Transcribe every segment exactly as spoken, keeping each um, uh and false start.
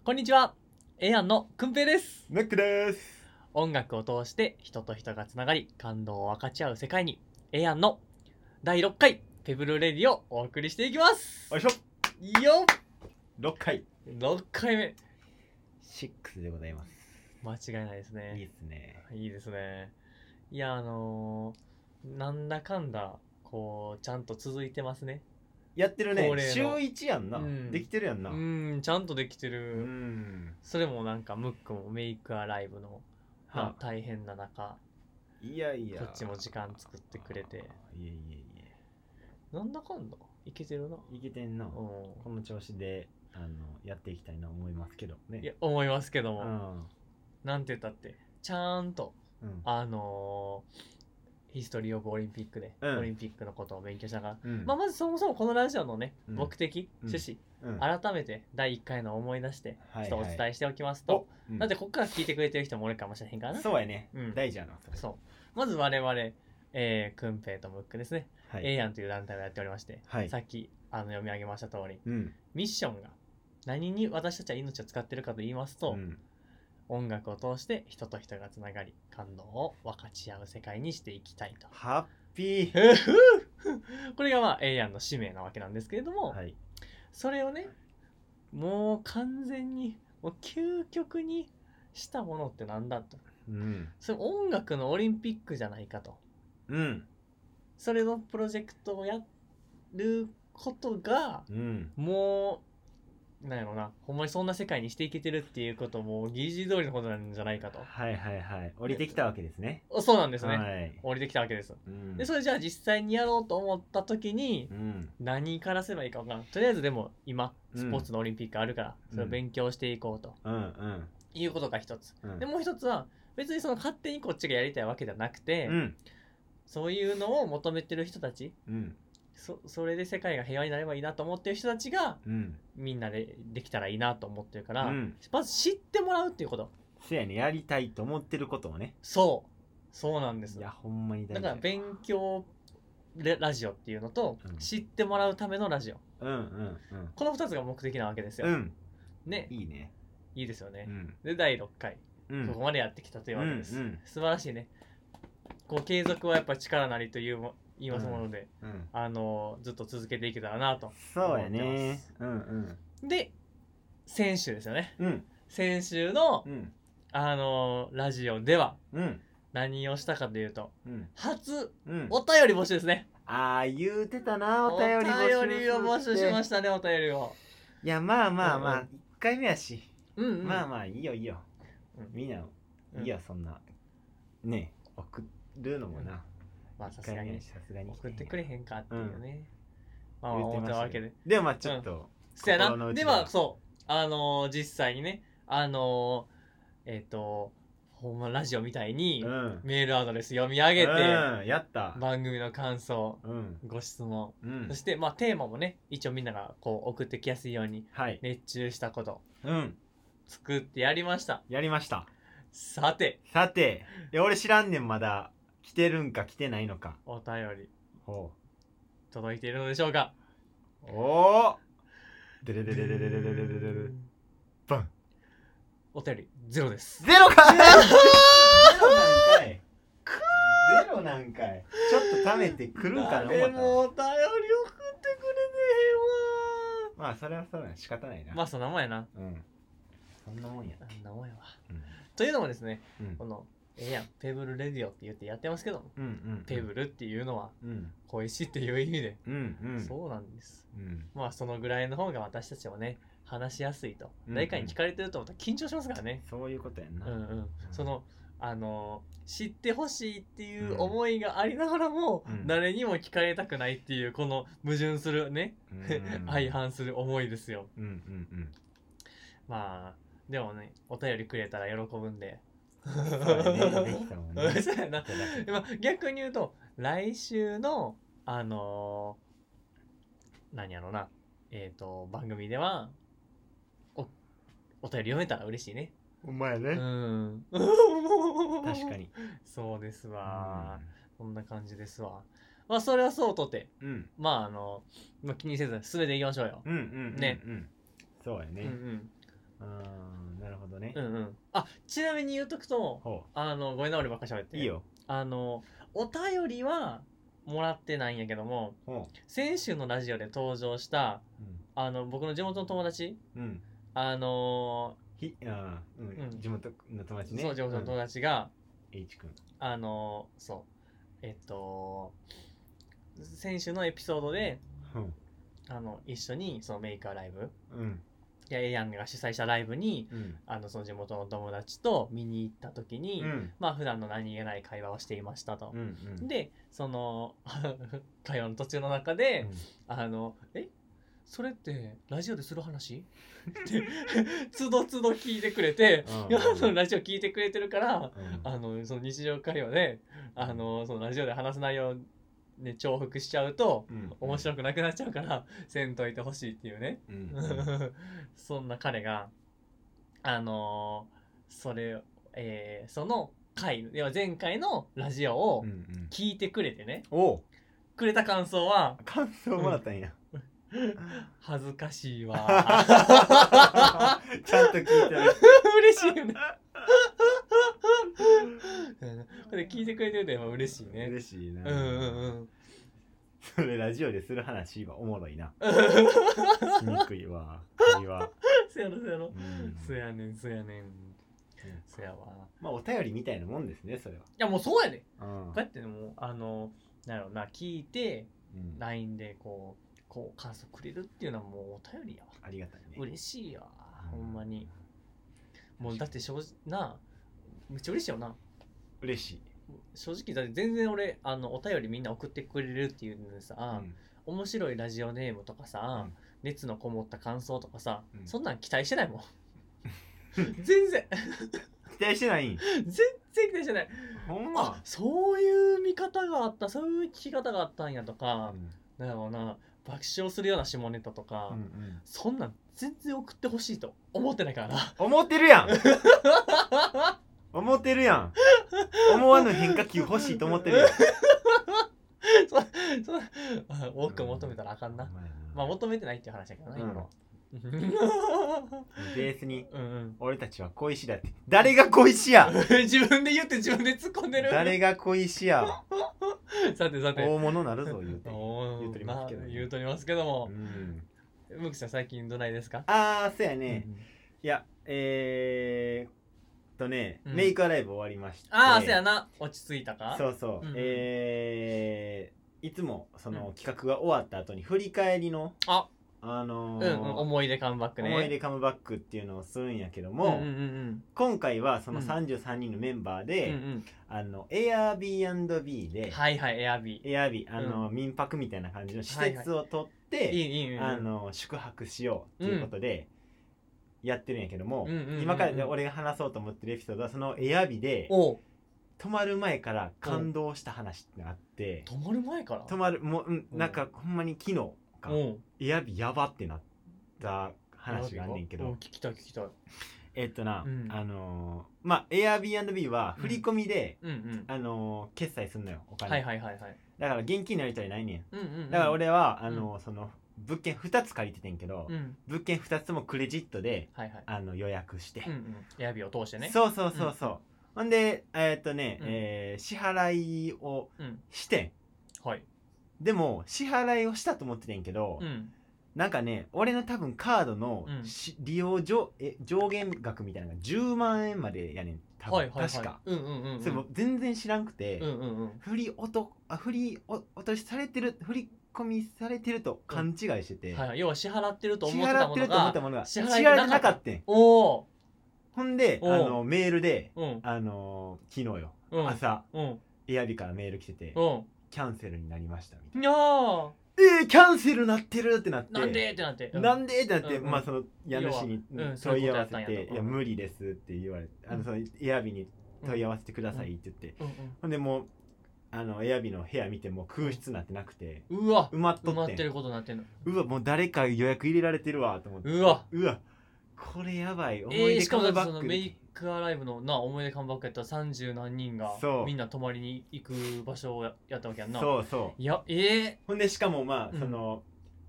こんにちは。エイアンのくんぺいです。 ムックです。 音楽を通して人と人がつながり感動を分かち合う世界に、エイアンのだいろっかいペブルレディをお送りしていきます。 よいしょ。 よっろっかい。 ろっかいめ。 シックスでございます。 間違いないですね。 いいですね。 いいですね。いや、あのー、なんだかんだこうちゃんと続いてますね。 やってるね。 恒例の週いちやんな、 うん、 できてるやんな。 うーん、ちゃんとできてうる。 ん。 それもなんかムックもメイクアライブの、まあは、 大変な中、 いやいや。 こっちも時間作ってくれて。 いえいえいえ。 なんだかんだいけてるな。 いけてんな。 うん。 この調子であのやっていきたいな思いますけどね。 いや、思いますけども、 うん。 なんて言ったって、ちゃんと、 うん。 あのー、ヒストリー・オブ・オリンピックで、 うんオリンピックのことを勉強しながら、 うん、 まあ、まずそもそもこのラジオのね、 うん目的、 うん趣旨、 うん、 改めてだいいっかいの思い出して、 はいはいちょっとお伝えしておきますと、 うん、 だってこっから聞いてくれてる人もおるかもしれへんからな。 そうやね。 うん、 大事やな。それそう。まず我々、えー、くんぺいとムックですね。 はい。 エイアンという団体をやっておりまして、 はい、 さっきあの読み上げました通り、 うん、 ミッションが何に私たちは命を使っているかと言いますと、 うん、 音楽を通して人と人がつながり感動を分かち合う世界にしていきたいと。 ハッピー。 これがまあエイアンの使命なわけなんですけれども、 はい、 それをねもう完全にもう究極にしたものってなんだと、 うん、 それ音楽のオリンピックじゃないかと、 うん、 それのプロジェクトをやることが、 うん、 もうなんやろな、ほんまにそんな世界にしていけてるっていうことも議事通りのことなんじゃないかと。 はいはいはい。降りてきたわけですね。 そうなんですね、 はい、 降りてきたわけです、 うん、 でそれじゃあ実際にやろうと思った時に、 うん、 何からすればいいか分からん。とりあえずでも今スポーツのオリンピックあるから、 うん、 それを勉強していこうと、 うんうんいうことが一つ、 うん、 でもう一つは別にその勝手にこっちがやりたいわけじゃなくて、 うん、 そういうのを求めてる人たち、 うん、 そ, それで世界が平和になればいいなと思ってる人たちが、 うん、 みんなでできたらいいなと思ってるから、 うん、 まず知ってもらうっていうこと。 せやね、やりたいと思ってることをね。 そうそうなんです。 いやほんまに大事だから勉強ラジオっていうのと、 うん、 知ってもらうためのラジオ、 うんうんうん、 このふたつが目的なわけですよ、 うん、 ね、 いいね、 いいですよね、 うん、 でだいろっかい、 うん、 ここまでやってきたというわけです、 うんうん、 素晴らしいね。こう継続はやっぱり力なりというも言いますもので、 うんうん、 あのずっと続けていけたらなとそうや思ってます。 ね、うんうん、 で先週ですよね、 うん、 先週の、 うん、 あのラジオではうん、 何をしたかというと、 うん、 初、 うん、 お便り募集ですね。 あー言うてたな、お便り募集お便りを募集しまししたね、お便りを。 いやまあまあまあ、 うんうん、 いっかいめやし、 うんうん、 まあまあいいよいいよ、 うん、 みんな、 うん、 いいやそんなね送るのもな、うん、 まあさすがに送ってくれへんかっていうね、うん、まあまあ思ったわけで、 でもまあちょっと、 うん、そやな。でまあそうあのー、実際にね、あのー、えっ、ー、とほんまラジオみたいに、うん、メールアドレス読み上げて、うん、 やった番組の感想、うん、ご質問、うん、そしてまあテーマもね一応みんながこう送ってきやすいように、はい、熱中したこと、うん、作ってやりました。 やりました。 さてさて、いや俺知らんねん、まだ来てるんか来てないのか。 お便りほう届いているのでしょうか。 おお、デレデレデレデレデレデレデレバン。 お便りゼロです。 ゼロかゼロなんかいゼロなんかい。ちょっと貯めてくるんかな。 誰もお便り送ってくれてへんわ。 まあそれはそうだ、仕方ないな。 まあそんなもんやな。 うん、そんなもんや。 そんなもんやわ、 うん、 というのもですね、うん、このええやんペブルレディオって言ってやってますけども、うんうんうん、ペブルっていうのは、うん、小石っていう意味で、うんうん、そうなんです、うん、まあそのぐらいの方が私たちもね話しやすいと、うんうん、誰かに聞かれてると思ったら緊張しますからね。 そういうことやんな、 うんうん、そのあの知ってほしいっていう思いがありながらも、うん、誰にも聞かれたくないっていうこの矛盾するね、うん、相反する思いですよ、うんうんうん、まあでもねお便りくれたら喜ぶんでそうやね、できたもんね。そうやな。まあ、逆に言うと来週のあのー、何やろうなえっ、ー、と番組では お, お便り読めたら嬉しいね。 お前ね。うん。確かに。 そうですわ。こんな感じですわ。まあそれはそうとて、うん、まああの、まあ、気にせず進めていきましょうよ。うんうんうん、ね。うん、 そうやね。うんうん。 ね。 うんうん。あ、ちなみに言うとくと、あのごめんな俺ばっか喋って。 いいよ。 あのお便りはもらってないんやけども、先週のラジオで登場した、うん、あの僕の地元の友達、うん、あのー、ひあー、うんうん、地元の友達ね。 そう地元の友達が、 うん、H 君。 あのー、そうえっと先週のエピソードで、うん、あの一緒にそのメーカーライブ、うん、いやエイヤンが主催したライブに、うん、あのその地元の友達と見に行った時に、うん、まあ普段の何気ない会話をしていましたと、うんうん、でその会話の途中の中で、うん、あのえそれってラジオでする話ってつどつど聞いてくれて、うん、そのラジオ聞いてくれてるから、うん、あのその日常会話であのそのラジオで話す内容ね、重複しちゃうと、うん、面白くなくなっちゃうからせんといてほしいっていうね、うん、そんな彼があのー、それ、えー、その回では前回のラジオを聞いてくれてね、うんうん、くれた感想は感想もらったんや、 うん、恥ずかしいわちゃんと聞いてる嬉しいよねこれ聞いてくれてるとやっぱ嬉しいね。 嬉しいな。 うんうんうん。 それラジオでする話はおもろいな。しにくいわ。会話。 そやろそやろ。そやねんそやねん。そやわ。 まあお便りみたいなもんですねそれは。いやもうそうやで。うん、こうやってもうあのなんやろな聞いて、うん、ライン でこうこう感想くれるっていうのはもうお便りやわ。 ありがたいね。 嬉しいや、うん、ほんまに。もうだって正直なめっちゃ嬉しいよな。 嬉しい。 正直だって全然俺あのお便りみんな送ってくれるっていうのでさ、うん、面白いラジオネームとかさ、うん、熱のこもった感想とかさ、うん、そんなん期待してないもん全然期待してない全然期待してない。 ほんまあそういう見方があったそういう聞き方があったんやとか、うん、なんだろうな爆笑するような下ネタとか、うんうん、そんなん全然送ってほしいと思ってないからな。 思ってるやん思ってるやん。思わぬ変化球欲しいと思ってるやんそそ多く求めたらあかんな、うん、まあ求めてないっていう話だけどね、うん、今ベースに、うんうん、俺たちは小石だって誰が小石や自分で言って自分で突っ込んでる。 誰が小石やさてさて大物なるぞ言うて言うとりますけど、ね、 言うとりますけども、うん、むくさん最近どないですか。 ああそうやね、うんうん、いやえーとね、うん、メイクアライブ終わりまして、 ああそうやな落ち着いたか。 そうそう、うんうん、えー、いつもその企画が終わった後に振り返りの、 うん、ああのーうんうん、思い出カムバックね思い出カムバックっていうのをするんやけども、うんうんうん、今回はそのさんじゅうさんにんのメンバーで、うんうん、あの Airbnb ではいはい Airb Airb あの、うん、民泊みたいな感じの施設を取って、はいはい、あの宿泊しようっていうことで、うんやってるんやけども、うんうんうんうん、今から俺が話そうと思ってるエピソードはそのエアビで泊まる前から感動した話ってあって、 泊まる前から泊まるもうなんかほんまに昨日かエアビやばってなった話があんねんけど、 聞きたい聞きたい。 えっとな、うん、あのー、まあ Airbnb は振り込みで、うんうんうん、あのー、決済すんのよお金、 はいはいはいはい、 だから現金のやり取りないねん、うんうんうん、だから俺はあのーうん、その物件ふたつ借りててんけど、うん、物件ふたつもクレジットで、はいはい、あの予約して、 うんうん、エアビーを通してね。 そうそうそうそう、うん、ほんでえー、っとね、うんえー、支払いをしてん、はい、でも支払いをしたと思っててんけど、うん、なんかね俺の多分カードの、うん、利用上え上限額みたいなのがじゅうまんえんまでやねん多分、はいはいはい、確か、うんうんうんうん、それも全然知らんくて、うんうんうん、振り落とあ振り落としされてる振り込みされてると勘違いしてて、うんはい、 要は支払ってると思ってたものが支払ってると思ったものが支払ってなかったん。おほんであのメールで、うん、あの昨日よ、うん、朝、うん、エアビからメール来てて、うん、キャンセルになりましたみたいな。いやえー、キャンセルなってるってなって、 なんでってなって、 うん、なんでってなって、うんうん、まあその家主に問い合わせて、いや無理ですって言われて、あのそのエアビに問い合わせてくださいって言って、うんうん、ほんでもうあのエアビの部屋見ても空室になってなくて、 うわ埋まっとってん、 埋まってることになってんの。 うわもう誰か予約入れられてるわと思って、 うわうわこれやばい思い出カムバック、えー、しかもそのメイクアライブのな思い出カムバックやったらさんじゅうなんにんがみんな泊まりに行く場所を や, やったわけやんな。 そうそういやえー、 ほんでしかもまあ、うん、その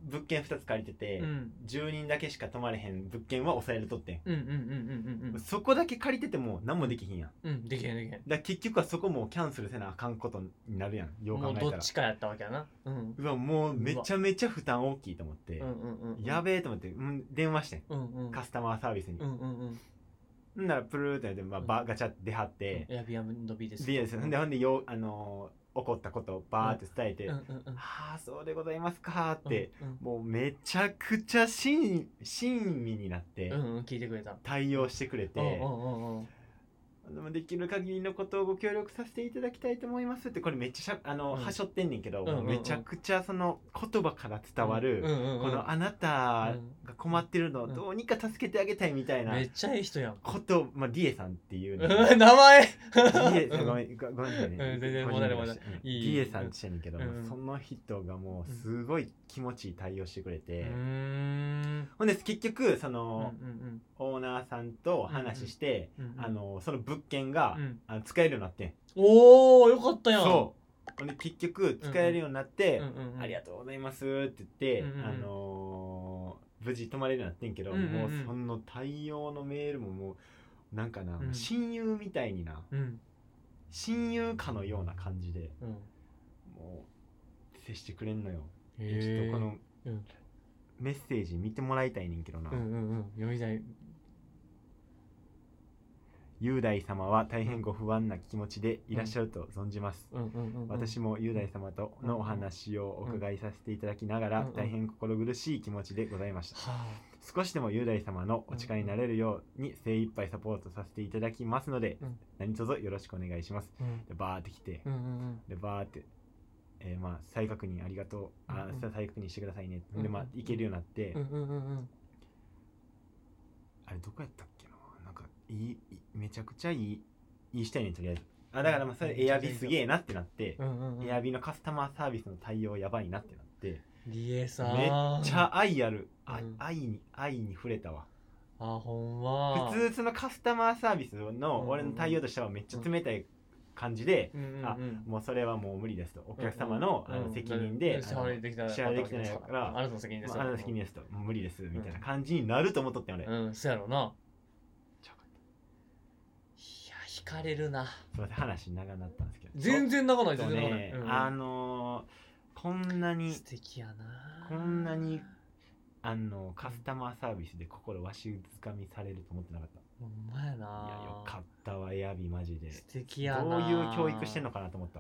物件ふたつ借りてて、うん、じゅうにんだけしか泊まれへん物件は抑えるとってん、うんうんうんうんうん、そこだけ借りてても何もできひんやん、 うん、できへんできへん。 だ結局はそこもキャンセルせなあかんことになるやん、よう考えたら。 もうどっちかやったわけやな、うん、 うわもうめちゃめちゃ負担大きいと思って、うんうんうん、やべえと思って、うん、電話してん、うんうん、カスタマーサービスに、うんうんうん、ならプルーってやって、まあ、バガチャって出はって、 エアビーアンドビーですでですよ、うん、でほんでよ、あのー起こったことをバーって伝えて、うんうんうんうん、ああそうでございますかって、うんうん、もうめちゃくちゃ親身になって、 うんうん、聞いてくれた、 対応してくれて、うんうんうんうん、できる限りのことをご協力させていただきたいと思いますって、これめっちゃしゃあの、うん、はしょってんねんけど、うんうんうん、めちゃくちゃその言葉から伝わる、うんうんうん、このあなたが困ってるのをどうにか助けてあげたいみたいな、 めっちゃいい人やんこと、まあ、リエさんっていう、 ね、名前リエごめんごめんなさいね、 うん、全然問題ない問題ない、 リエさんってしてんねんけど、うん、その人がもうすごい気持ちいい対応してくれて、うん、ほんで結局その、うんうんうん、オーナーさんと話して、うんうん、あのその物件が、うん、あの使えるようになってん。 おーよかったやん。 そうほんで結局使えるようになって、うんうん、ありがとうございますって言って、うんうん、あのー、無事泊まれるようになってんけど、うんうんうん、もうその対応のメールももうなんかな、うん、親友みたいにな、うん、親友かのような感じで、うん、もう接してくれんのよ。ちょっとこの、うん、メッセージ見てもらいたいねんけどな、うんうんうん、 読みたい。 雄大様は大変ご不安な気持ちでいらっしゃると存じます。私も雄大様とのお話をお伺いさせていただきながら大変心苦しい気持ちでございました。少しでも雄大様のお力になれるように精一杯サポートさせていただきますので、何卒よろしくお願いします。でバーって来て、でバーってえー、まあ再確認ありがとう、あ、うんうん、再確認してくださいね、うんうん、でまあ行けるようになって、うんうんうん、あれどこやったっけな、なんかいいめちゃくちゃいいいい人やねんとりあえず。あだからまあそれエアビすげえなってなって、うんうんうん、エアビのカスタマーサービスの対応やばいなってなって、 リエさんめっちゃ愛ある、あ、うん、愛に愛に触れたわ。 あほんま普通そのカスタマーサービスの俺の対応としてはめっちゃ冷たい感じで、うんうんうん、あもうそれはもう無理ですと、お客様の、うんうん、あの責任で、うん、支払いできてないからあなたの責任ですよ、あなたの責任ですと、もう無理ですみたいな感じになると思っとって俺、 うん、そうやろうな。いや惹かれるな。 すいません話長なったんですけど、 全然長ない全然長ない、 ね、うん、あのー、こんなに素敵やな、 こんなにあのカスタマーサービスで心わしづかみされると思ってなかった。 ほんまやな。いやよかったわエアビマジで。 素敵やな。 どういう教育してんのかなと思った。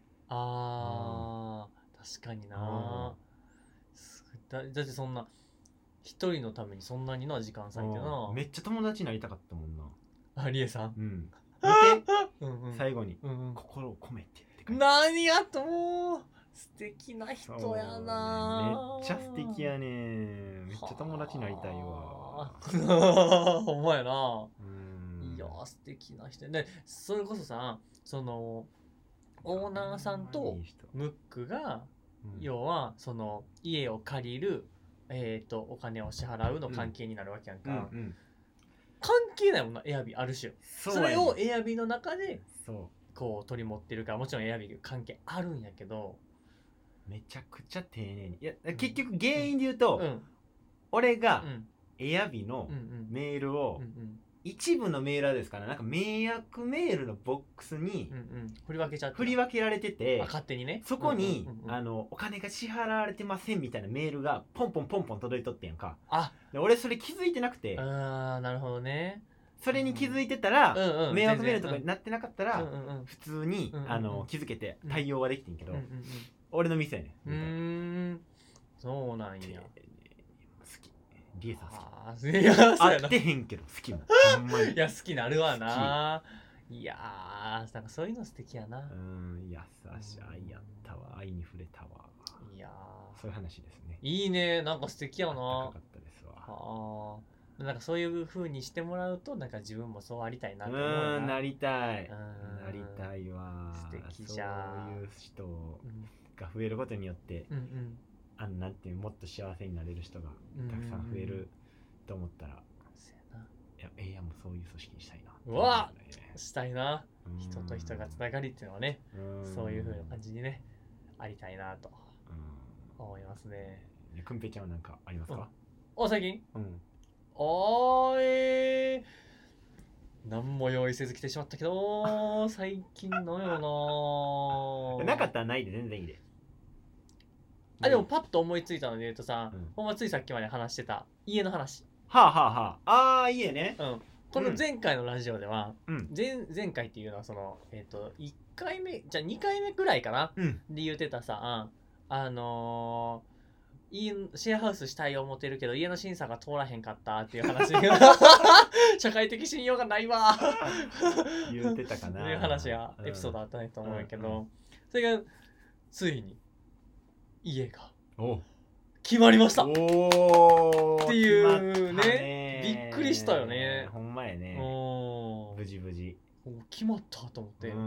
あー、確かにな。だ, だってそんな一人のためにそんなにな時間割いてな。 めっちゃ友達になりたかったもんな。 あリエさん。 うん。見てうん、うん、最後に、うんうん、心を込めてって書いて。 何やともう素敵な人やな、 ね、めっちゃ素敵やね。めっちゃ友達になりたいわ。 ほんまやな。うんいや素敵な人で、それこそさそのオーナーさんとムックが、うん、要はその家を借りる、えー、とお金を支払うの関係になるわけやんか、うんうんうん、関係ないもんなエアビーある種 そ, それをエアビーの中でこう取り持ってるから、もちろんエアビー関係あるんやけどめちゃくちゃ丁寧に。いや結局原因で言うと、うん、俺がエアビのメールを、うんうん、一部のメーラーですから、なんか迷惑メールのボックスに振り分けちゃって振り分けられてて、 勝手にねそこに、うんうんうん、あのお金が支払われてませんみたいなメールがポンポンポンポン届いとってんやんか。 あで俺それ気づいてなくて、 あーなるほどね。 それに気づいてたら、うんうん、迷惑メールとかになってなかったら、うんうん、普通に、うんうん、あの気づけて対応はできてんけど、うんうんうん、俺の店やねん。うーんそうなんや。好きリエさん好き。いや会ってへんけど好きもほんまに。 いや好きなるわな。いやーなんかそういうの素敵やな。 うん優しい愛やったわ、愛に触れたわ。 いやそういう話ですね。 いいね、なんか素敵やな。 高かったですわ。 はあなんかそういう風にしてもらうとなんか自分もそうありたいなと思うな。 うんなりたいなりたいわ。 素敵じゃん。 そういう人が増えることによって、うんうん、あのなんていうもっと幸せになれる人がたくさん増えると思ったら、うんうん、いやエーアイもそういう組織にしたいな。 うわしたいな。人と人がつながりっていうのはね、うそういう風な感じにねありたいなと思いますね。 くんぺいちゃんは何かありますか？ お、最近うんあーえー何も用意せず来てしまったけど最近なんやろななかったらないで全然いいで。 あでもパッと思いついたので言うとさ、うん、ほんまついさっきまで話してた家の話。 はあはあはあ。あー家ね。 うん。この前回のラジオでは、うん、前, 前回っていうのはそのえっ、ー、といっかいめじゃあにかいめくらいかな、うん、で言ってたさ、あのー、家シェアハウスしたい思ってるけど家の審査が通らへんかったっていう話社会的信用がないわ言ってたかなっていう話がエピソードあったねと思うんやけど、うんうん、それがついに家が決まりましたおっていう ね, ねびっくりしたよね。 ほんまやね。お無事無事決まったと思って、うん、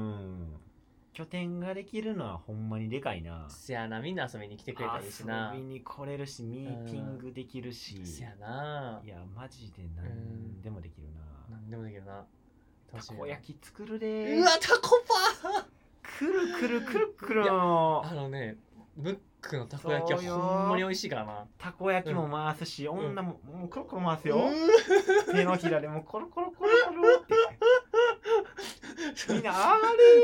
拠点ができるのはほんまにでかいな。 せやな、みんな遊びに来てくれたりしな、 遊びに来れるしミーティングできるし、 せやな。 いやマジで何でもできるな。 何でもできるな。 たこ焼き作るで。 うわタコパーくるくるくるくる。 あのねムックのたこ焼きはほんまに美味しいからな。 たこ焼きも回すし、うん、女ももうコロコロ回すよ、うん、手のひらでもコロコロコロコロってみんなあ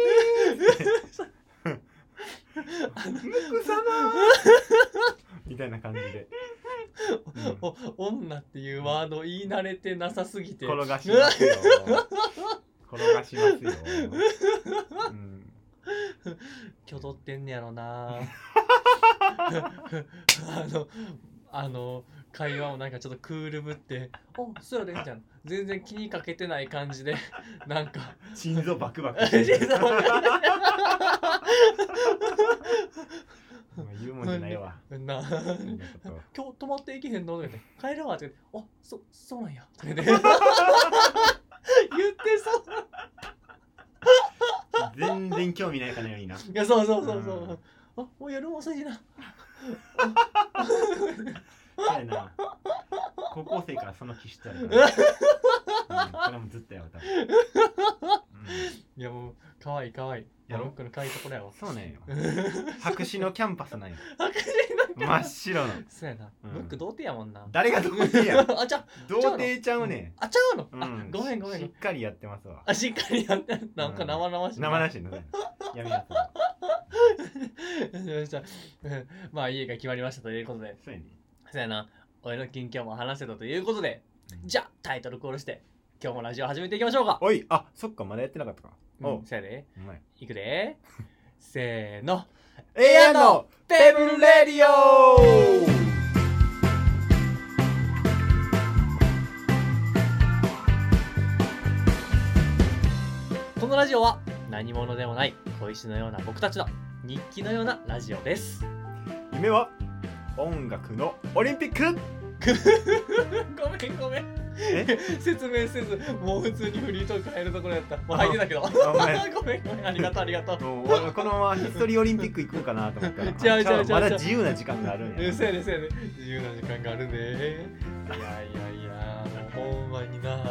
れームック様みたいな感じで、 うん、お女っていうワード言い慣れてなさすぎて転がしますよ転がしますよ、うん、 きょどってんねやろなあのあの会話をなんかちょっとクールぶって「おそうやで」みたいな全然気にかけてない感じでなんか心臓バクバク心臓バクバク言うもんじゃないわな今日泊まっていけへんのって帰るわって「あそそうなんや」って言ってそう全然興味ないかのようにな。いやそうそうそうそう、うん、あもう夜も遅いしなそうやな。高校生からその気してあるから、うん、これもずっとやわ多分、 うん、いやもうかわいいかわいいロックのかわいいところやわ。 そうね白紙のキャンパスなんや白紙の真っ白の。 そうやな、うん、ムック童貞やもんな。 誰が童貞やあちゃ童貞ちゃうねん。 あちゃうの、 うん、 あごめんごめんしっかりやってますわ。 あしっかりやってなんか生々しい、 うん、生々しいのねやめやつまあ家が決まりましたということで、 そうやね。 そうやな、俺の近況も話せたということで、うん、じゃあタイトルコールして今日もラジオ始めていきましょうか。 おい、あ、そっかまだやってなかったか。 うん、おう、そうやで。いくでせーのエアのペブルレディオ。 このラジオは何者でもない小石のような僕たちの日記のようなラジオです。 夢は音楽のオリンピックごめんごめん説明せずもう普通にフリートーク入るところやった。もう入ってたけどごめんごめん、ありがとうありがとう。 このままヒストリーオリンピック行こうかなと思ったら違う違う違う、 まだ自由な時間があるんや。 そうやねそうやね、自由な時間があるね。いやいやいやもうほんまにな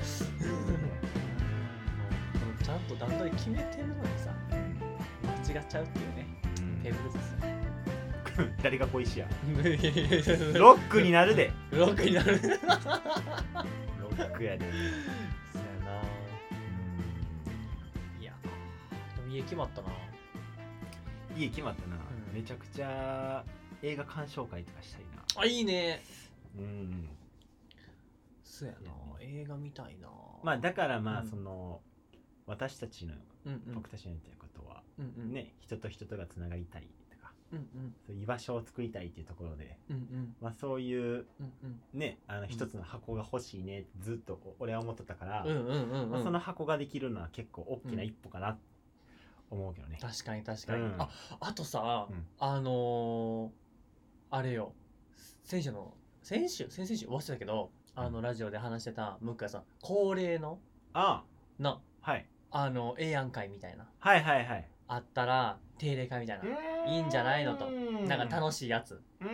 ちゃんと段取り決めてるのにさ間違っちゃうっていうね、ペブルですよ。 誰が小石やロックになるでロックになるロックやで。 そうやな。いやでも家決まったな。 家決まったな、うん、めちゃくちゃ映画鑑賞会とかしたいな。 あいいね。 うんそうやな、映画見たいな。 まあだからまあその、うん、私たちの、うんうん、僕たちの言ってることは、うんうん、ね人と人とがつながりたいとか、うんうん、そういう居場所を作りたいっていうところで、うんうん、まあそういう、うんうん、ねあの一つの箱が欲しいねってずっと俺は思ってたから、その箱ができるのは結構大きな一歩かなって思うけどね。 確かに確かに、うん、ああとさ、うん、あのー、あれよ先週の先週先々週忘れたけどあのラジオで話してた向井さん恒例のあな、 はい、 あのええやん会みたいな、 はいはいはい、 あったら定例会みたいないいんじゃないのと、なんか楽しいやつ、 うんうん、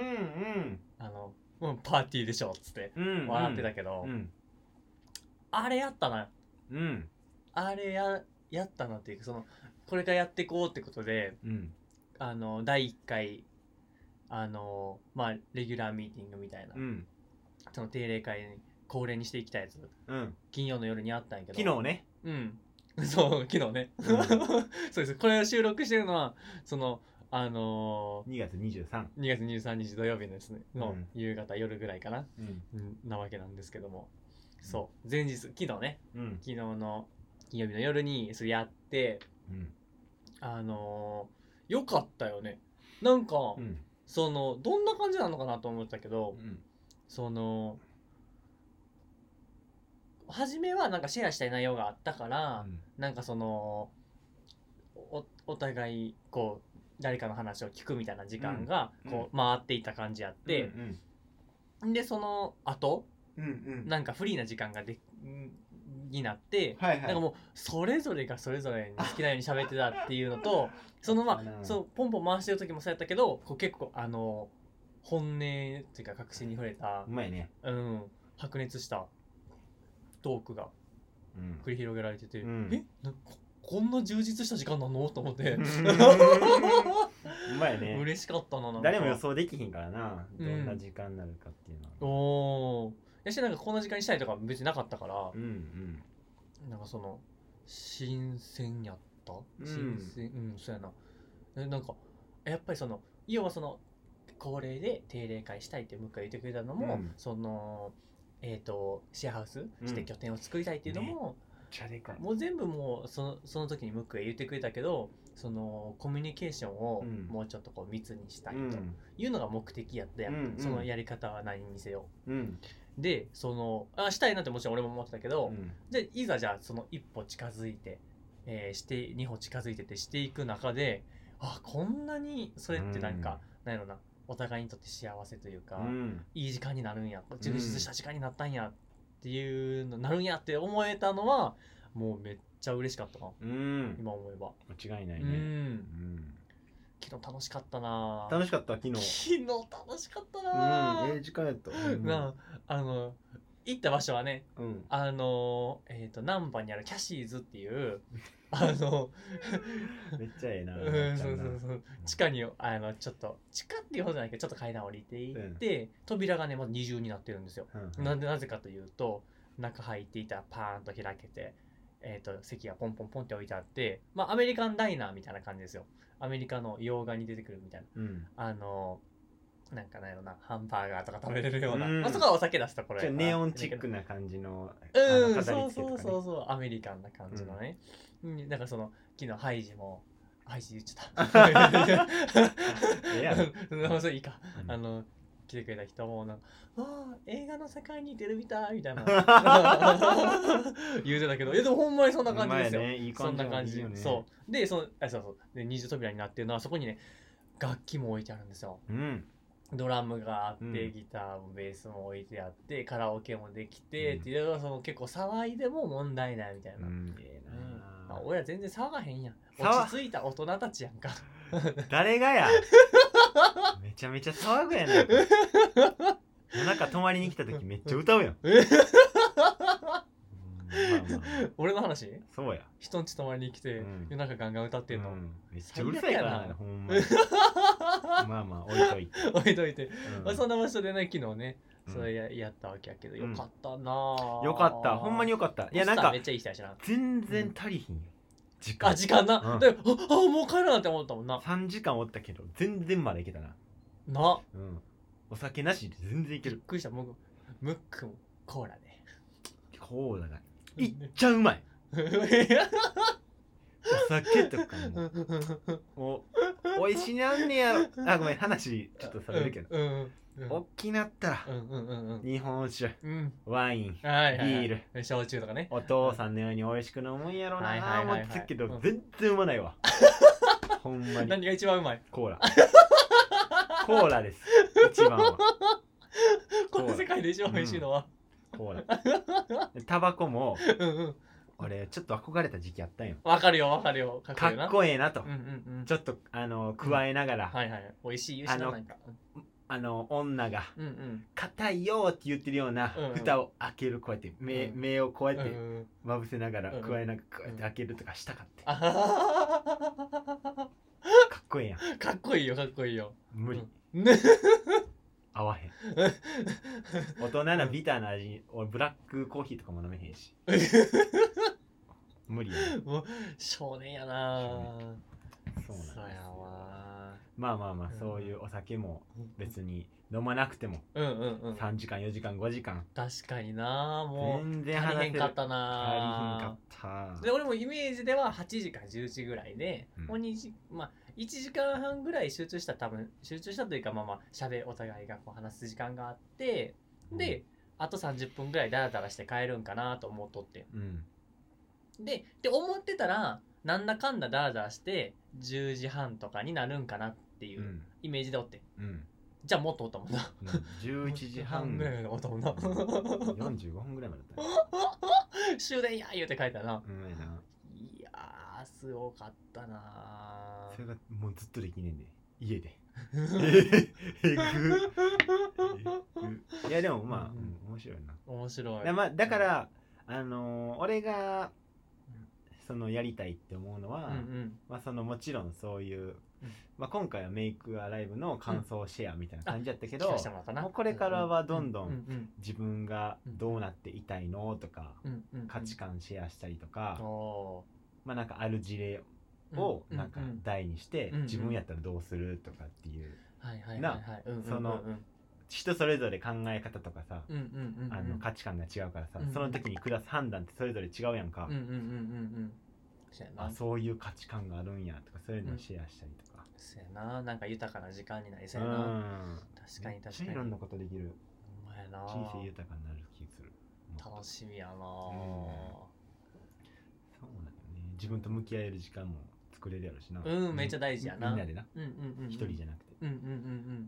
あの、うん、パーティーでしょっつって笑ってたけど、うんうん、あれやったな、 うん、 あれややったなっていうかそのこれからやっていこうってことで、うん、あのだいいっかいあのまあレギュラーミーティングみたいな、うん、その定例会恒例にしていきたいやつ、うん、金曜の夜にあったんやけど昨日ねうんそう昨日ね、うん、そうですこれを収録してるのはそのあのー、 にがつにじゅうさんにがつにじゅうさんにち土曜日のですねの夕方、うん、夜ぐらいかな、うん、なわけなんですけども、うん、そう前日昨日ね、うん、昨日の金曜日の夜にそれやって、うん、あのー、よかったよねなんか、うん、そのどんな感じなのかなと思ったけど、うん、その初めはなんかシェアしたい内容があったから、うん、なんかその お, お互いこう誰かの話を聞くみたいな時間がこう回っていた感じあって、うんうん、でその後、うんうん、なんかフリーな時間がでになって、はいはい、なんかもうそれぞれがそれぞれに好きなように喋ってたっていうのとそのまあそうポンポン回してる時もそうやったけどこう結構あの本音っていうか確信に触れたうまいね、 うん、白熱したトークが繰り広げられてて、うん、えなここんな充実した時間なのと思ってうまいね嬉しかったな。なんか誰も予想できひんからな、どんな時間になるかっていうのは、 うん、おーやしなんかこんな時間にしたいとか別になかったから、うんうん、なんかその新鮮やった、うん、新鮮うんそうやなえなんかやっぱりその要はその恒例で定例会したいって向井が言ってくれたのも、うん、そのえっ、ー、とシェアハウスして拠点を作りたいっていうのも、うんね、もう全部もうそのその時にムックが言ってくれたけどそのコミュニケーションをもうちょっとこう密にしたいというのが目的やったやん、うん、そのやり方は何にせよ、うん、でそのあしたいなってもちろん俺も思ってたけど、うん、でいざじゃあその一歩近づいて、えー、して二歩近づいてってしていく中であこんなにそれってなんか、うん、なんやろなお互いにとって幸せというか、うん、いい時間になるんや充実した時間になったんやっていうのなるんやって思えたのはもうめっちゃ嬉しかったな、うん、今思えば間違いないね、うんうん、 昨日楽しかったな楽しかった昨日昨日楽しかったなうんええ時間やった、うん、 なあの行った場所はね、うん、あのえっ、ー、と難波にあるキャシーズっていうあのめっちゃええな、 うん、そうそうそう地下にあのちょっと地下っていうほどじゃないけどちょっと階段降りていって、うん、扉がねまず二重になってるんですよ、うん、なんでなぜかというと中入っていたらパーンと開けて、えー、と席がポンポンポンって置いてあって、まあ、アメリカンダイナーみたいな感じですよアメリカの洋画に出てくるみたいな、うん、あのなんかなんやろなハンバーガーとか食べれるような、うんまあ、そこはお酒出すところやネオンチックな感じのうんそうそうそうそうアメリカンな感じのね、うん、だからその昨日ハイジもハイジ言っちゃったええやんそれいいか、うん、あの来てくれた人もなんかあ映画の世界に出るみたいみたいな言うてたけどいやでもほんまにそんな感じですよ、ね、いい感じそんな感じ、ね、そうでそのあそうそうで二重扉になってるのはそこにね楽器も置いてあるんですよ、うんドラムがあって、うん、ギターもベースも置いてあってカラオケもできて、うん、っていうその結構騒いでも問題ないみたいな、うん、ええな、うん、俺ら全然騒がへんやん落ち着いた大人たちやんか誰がやめちゃめちゃ騒ぐやんね夜中泊まりに来た時めっちゃ歌うやんまあまあ、俺の話そうや人んち泊まりに来て、うん、夜中ガンガン歌ってんの、うん、 めっちゃうるさいからなほんまにまあまあ置いといて置いといて、うんまあ、そんな場所でね昨日ねそれ や,、やったわけやけど、よかったなぁよかったほんまによかったいやなんかめっちゃいい人やしな全然足りひんよ、 時間あ時間な、うん、でああもう帰らなって思ったもんなさんじかんおったけど全然まだいけたなな、 うん、お酒なしで全然いけるびっくりしたもうムックもコーラでコーラがいっちゃうまいお酒とかももう美味しなんねやろあごめん話ちょっとされるけど、うんうんうん、大きなったら、うんうんうん、日本酒、うん、ワイン、はいはいはい、ビール焼酎とかねお父さんのように美味しく飲むんやろうな、はいはいはいはい、思ってたけど、うん、全然うまないわほんまに何が一番うまいコーラコーラです一番はこの世界で一番美味しいのは、 うん、コーラタバコもうん、うん俺ちょっと憧れた時期あったんよわかるよわかるよかっこいいなかっこええなと、うんうんうん、ちょっとあの加えながら、 うん、はいはい美味しい優秀ななんかあの女が硬、うんうん、いよって言ってるような蓋を開けるこうやって 目,、うん、目をこうやってまぶせながら加えながらこうやって開けるとかしたかって、うん、かっこいいやんかっこいいよかっこいいよ無理、 合わへん大人なビターな味俺ブラックコーヒーとかも飲めへんし無理やねもう少年やなそうなんですよそうやわまあまあまあ、うん、そういうお酒も別に飲まなくても、うんうんうん、さんじかんよじかんごじかん確かになもう全然足りへんかったな足りへんかったで俺もイメージでははちじかじゅうじぐらいで、うん、もうにじまあいちじかんはんぐらい集中した多分集中したというかまあまあしゃべお互いがこう話す時間があって、うん、であとさんじゅっぷんぐらいダラダラして帰るんかなと思っとって、うん、でって思ってたらなんだかんだダラダラしてじゅうじはんとかになるんかなっていうイメージでおって、うん、じゃあもっとおったもんな、うん、 じゅういちじはんぐらいまでおったもんなよんじゅうごふんぐらいまでだった終電や言うて書いたな、うん、いやーすごかったなそれがもうずっとできねえんで家でいやでもまあ、うん、面白いな面白いだ、まあ、だから、あのー、俺がそのやりたいって思うのは、うんうんまあ、そのもちろんそういう、うんまあ、今回はメイクアライブの感想シェアみたいな感じだったけど、うん、もうこれからはどんどん自分がどうなっていたいのとか、うんうん、価値観シェアしたりとか、うんうんまあなんかある事例をなんか題にして自分やったらどうするとかっていうなその人それぞれ考え方とかさあの価値観が違うからさその時に下す判断ってそれぞれ違うやんかあそういう価値観があるんやとかそういうのをシェアしたりとかそうやななんか豊かな時間になりそうやな確かに確かにいろんなことできる人生豊かになる気する楽しみやなそうなんだよね自分と向き合える時間も作れるやろしなうんめっちゃ大事やなみんなでな一人じゃなくてうんうんうんうん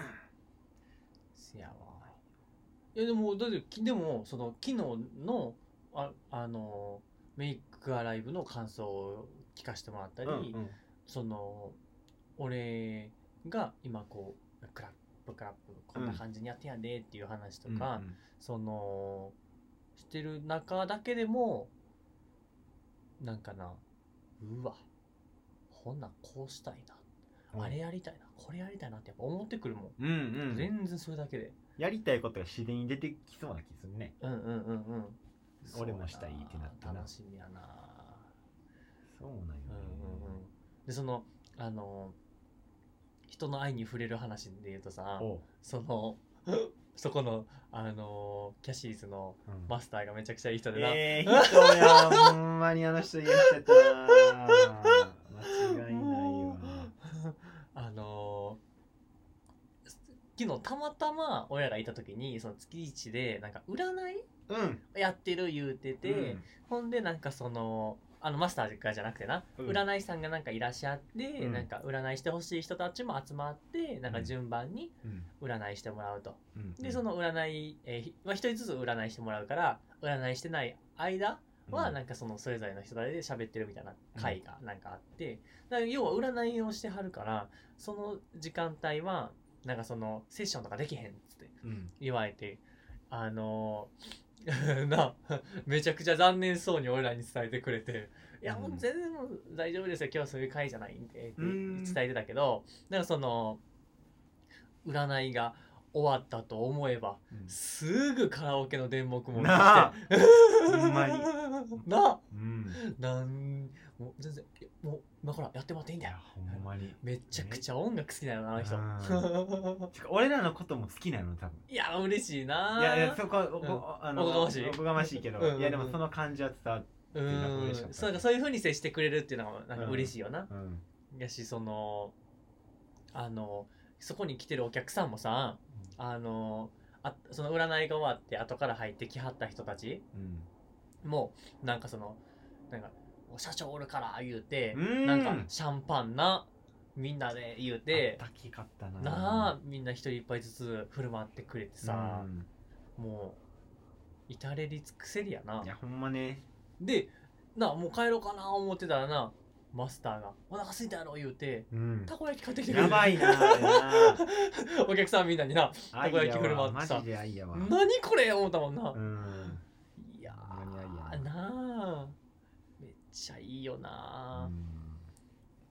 せやわいやでもだってでもその昨日のああのメイクアライブの感想を聞かせてもらったり、うんうん、その俺が今こうクラップクラップこんな感じにやってやんでっていう話とか、うんうん、そのしてる中だけでもなんかなうわほんなんこうしたいな、うん、あれやりたいなこれやりたいなってやっぱ思ってくるもん、うんうん、全然それだけでやりたいことが自然に出てきそうな気するねうんうんうんうん俺もしたいってなったな楽しみやなそうなんよね、うんうんうん、 でそのあの人の愛に触れる話で言うとさそのそこのあのキャシーズのマスターがめちゃくちゃいい人でな、うん、 えー、人やほんまにあの人いらっしゃったな間違いないわあの昨日たまたま親がいた時にその月一でなんか占い、うん、やってる言うてて、うん、ほんでなんかそのあのマスターがじゃなくてな、うん、占い師さんがなんかいらっしゃって、うん、なんか占いしてほしい人たちも集まってなんか順番に占いしてもらうと、うん、でその占い、えーまあ、一人ずつ占いしてもらうから占いしてない間はなんかそのそれぞれの人たちで喋ってるみたいな会がなんかあって、だから要は占いをしてはるからその時間帯はなんかそのセッションとかできへんっつって言われて、うん、あのーなめちゃくちゃ残念そうに俺らに伝えてくれていやもう全然もう大丈夫ですよ今日はそういう会じゃないんでって伝えてたけどなんかその占いが終わったと思えば、うん、すぐカラオケの電目も来てほんまにな、うん、なんもう全然もう今からやってもらっていいんだよほんまにめちゃくちゃ音楽好きなのあの人俺らのことも好きなの多分いや嬉しいないやいやそこお、 うん、あのおこがましいおこがましいけど、うんうんうん、いやでもその感じは伝わってなんか嬉しかったそうそういう風に接してくれるっていうのがなんか嬉しいよな、うんうん、やしそのあのそこに来てるお客さんもさ、うん、あのあその占いが終わって後から入ってきはった人たち、うん、もうなんかそのなんか社長おるから言うてんなんかシャンパンなみんなで言うて高かったななあみんな一人一杯ずつ振る舞ってくれてさ、うん、もう至れり尽くせりやないやほんまねでなもう帰ろうかな思ってたらなマスターがお腹空いたやろ言うて、うん、たこ焼き買ってきてくれるやばいなお客さんみんなになたこ焼き振る舞ってさマジで愛やわ何これ思ったもんな、うん、いやーなあめっちゃいいよな、 うん、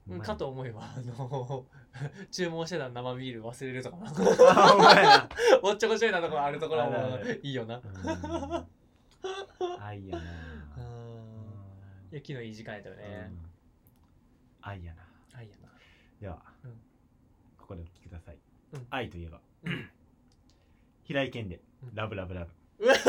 かと思えばあの注文してた生ビール忘れるとかなあお前なおっちょこちょいなところあるところもいいよな。 愛やな。 いや昨日いい時間やったよね。 愛やな。 愛やな。 では、ここでお聞きください。 うん、 愛といえば、うん、平井堅で、うん、ラブラブラブ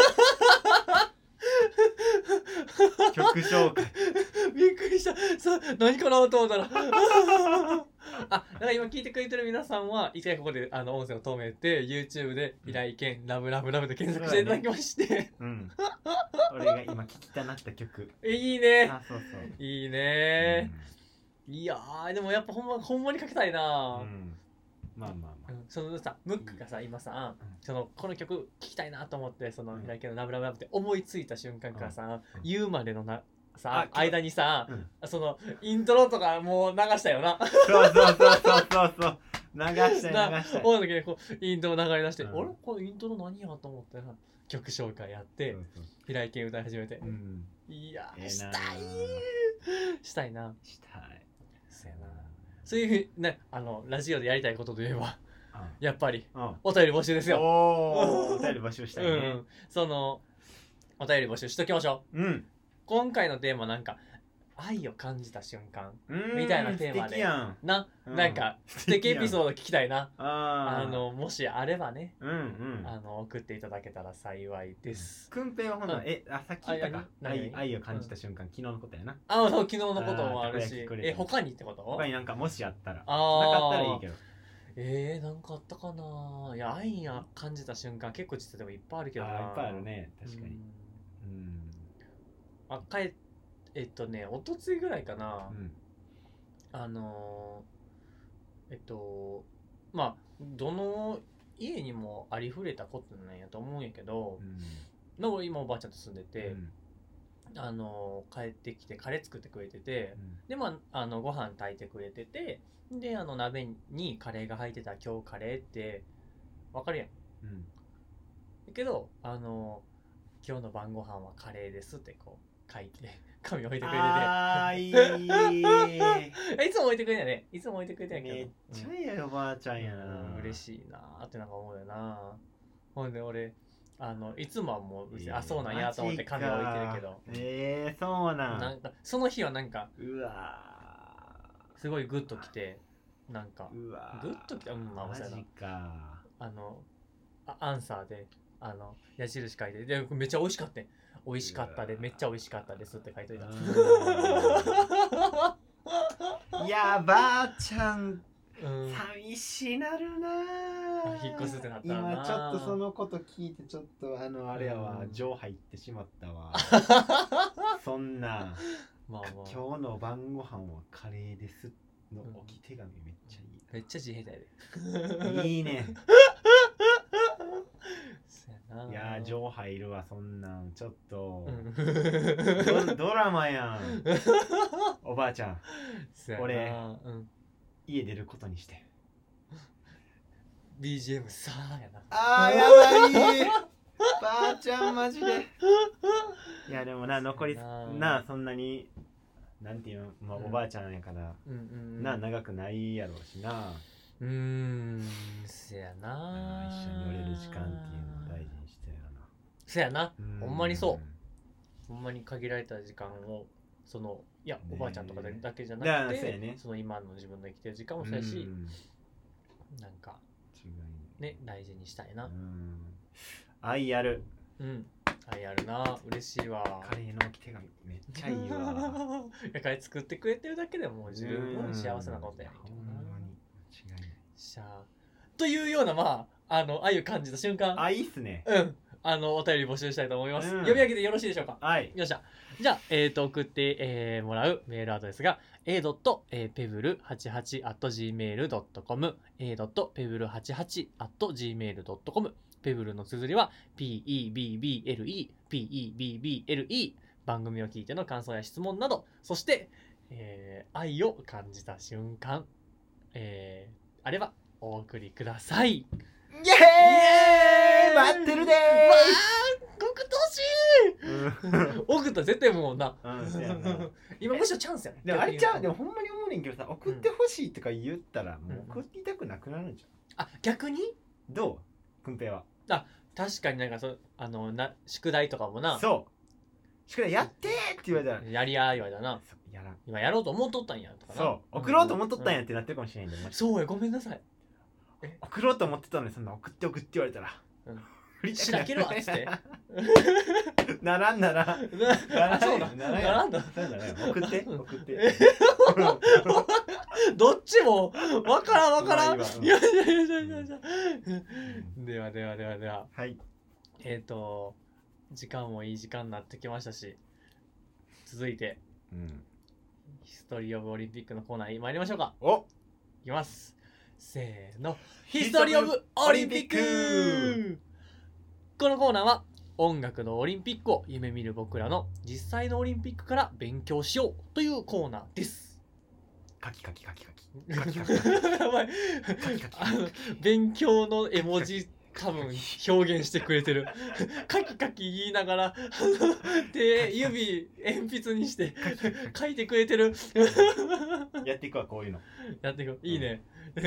曲紹介びっくりした。さ何かなと思ったらあ、だから今聞いてくれてる皆さんは一回ここであの音声を止めて YouTube で平井堅ラブラブラブで検索していただきまして、 うん、俺が今聴きたなった曲いいね。 あ、そうそう、 いいね、うん、いやーでもやっぱほんまほんまにかけたいな、うん、 まあまあまあ、 うん、そのさムックがさ今さ、うん、そのこの曲聴きたいなと思ってその平井堅のラブラブラブって思いついた瞬間からさ、うん、言うまでのなさ間にさ、うん、そのイントロとかもう流したよな。 そうそうそうそうそうそう流した流した思う時にこうイントロ流れ出して、うん、あれこれイントロ何やと思って曲紹介やって、そうそう平井堅歌い始めて、うん、いやー、えー、したいしたいなしたいそうやな。そういうねあのラジオでやりたいことといえば、うん、やっぱり、うん、お便り募集ですよ。 おお便り募集したいね、うん、 そのお便り募集しときましょう。うん今回のテーマなんか愛を感じた瞬間みたいなテーマでな、うん、なんか素敵エピソード聞きたいな。あのもしあればね、うんうん、あの送っていただけたら幸いです。 くんぺいはほな、うん、えあさっき言ったか愛, 愛を感じた瞬間、うん、昨日のことやな。 あそう昨日のこともあるし、え他にってこと？ 他になんかもしあったらあなかったらいいけど。 えー、なんかあったかな。いや愛が感じた瞬間結構実はでもいっぱいあるけどな。 あいっぱいあるね確かに。うん、 うんあかええっとねおとついぐらいかな、うん、あのー、えっとまあどの家にもありふれたことなんやと思うんやけど、うん、の今おばあちゃんと住んでて、うん、あのー、帰ってきてカレー作ってくれてて、うん、でまああのご飯炊いてくれててであの鍋にカレーが入ってた今日カレーってわかるやん、うん、だけどあのー、今日の晩ご飯はカレーですってこう書いて紙置いてくれててあーいいいつも置いてくれたねいつも置いてくれたんやけどめっちゃいいよおばあちゃんやな、 うん、嬉しいなーってなんか思うよな。ほんで俺あのいつもはもう、えー、あそうなんやと思って紙置いてるけどえー、そうなんなんかその日はなんかうわすごいグッときてなんかうわグッときてうんまあマジかあのあアンサーであの矢印書いてでめっちゃ美味しかったね美味しかったでめっちゃ美味しかったですって書いといた。 いやばあちゃん、うん、寂しなるな引っ越すってなったらな。今ちょっとそのこと聞いてちょっとあのあれやわ、うん、情入ってしまったわそんな、まあまあ、今日の晩ご飯はカレーですの置き手紙めっちゃいい、うん、 めっちゃ自閉体でいいねいやー情入るわそんなんちょっと、うん、ド, ドラマやんおばあちゃん俺、うん、家出ることにしてビージーエム さあやなあーやばいばあちゃんマジでいやでもな残りなそんなになんていうの、まあ、おばあちゃんやから、うんうんうん、な長くないやろうしなうーんせやな一緒におれる時間っていうのを大事にしてるなせやなほんまにそうほんまに限られた時間をそのいや、ね、おばあちゃんとかだけじゃなくて、ね、その今の自分の生きてる時間もそうやしなんかね大事にしたいなうん愛あるうん愛あるな嬉しいわカレーの置き手紙めっちゃいいわカレー作ってくれてるだけでも十分幸せなことやねんけどなしゃあというようなまああの愛を感じた瞬間あいいっすねうんあのお便り募集したいと思います、うん、読み上げてよろしいでしょうかはいよっしゃじゃあ、えー、と送って、えー、もらうメールアドレスが エーペブルはちはち アットジーメールドットコム エーペブルはちはち アットジーメールドットコム ペブルの綴りは ピーイービービーエルイー ピーイービービーエルイー 番組を聞いての感想や質問などそして、えー、愛を感じた瞬間、えー、あればお送りください。イエーイ待ってるでー送ってほしい送ったら絶対もうな、うん、今むしろチャンスやねでもあれちゃうでもほんまに思うねんけどさ、送ってほしいとか言ったら、もう送りたくなくなるんじゃん、あ、逆にどうくんぺいは。 あ、確かになんかそあのな宿題とかもな、 そう宿題やってーって言われたらやりやー言われたな、 やらん、 今やろうと思っとったんやとかな、 そう送ろうと思っとったんやってなってるかもしれんけど、 そうや、ごめんなさい、 送ろうと思ってたのにそんな送って送って言われたら、 しらけるわっつってならんならんならんそうだならんだ送って送ってどっちもわからんわからん、いやいやいやいやいやいやではではではでは、はい、えっと時間もいい時間になってきましたし、続いて、うん、ヒストリーオブオリンピックのコーナーに参りましょうか。おいきます、せーの、ヒストリーオブオリンピック。このコーナーは音楽のオリンピックを夢見る僕らの実際のオリンピックから勉強しようというコーナーです。カキカキカキカキカキカキカキやばい、あの勉強の絵文字多分表現してくれてるカキカキ言いながら手指鉛筆にして書いてくれてるやっていくわ、こういうのやっていく、いいね、うん、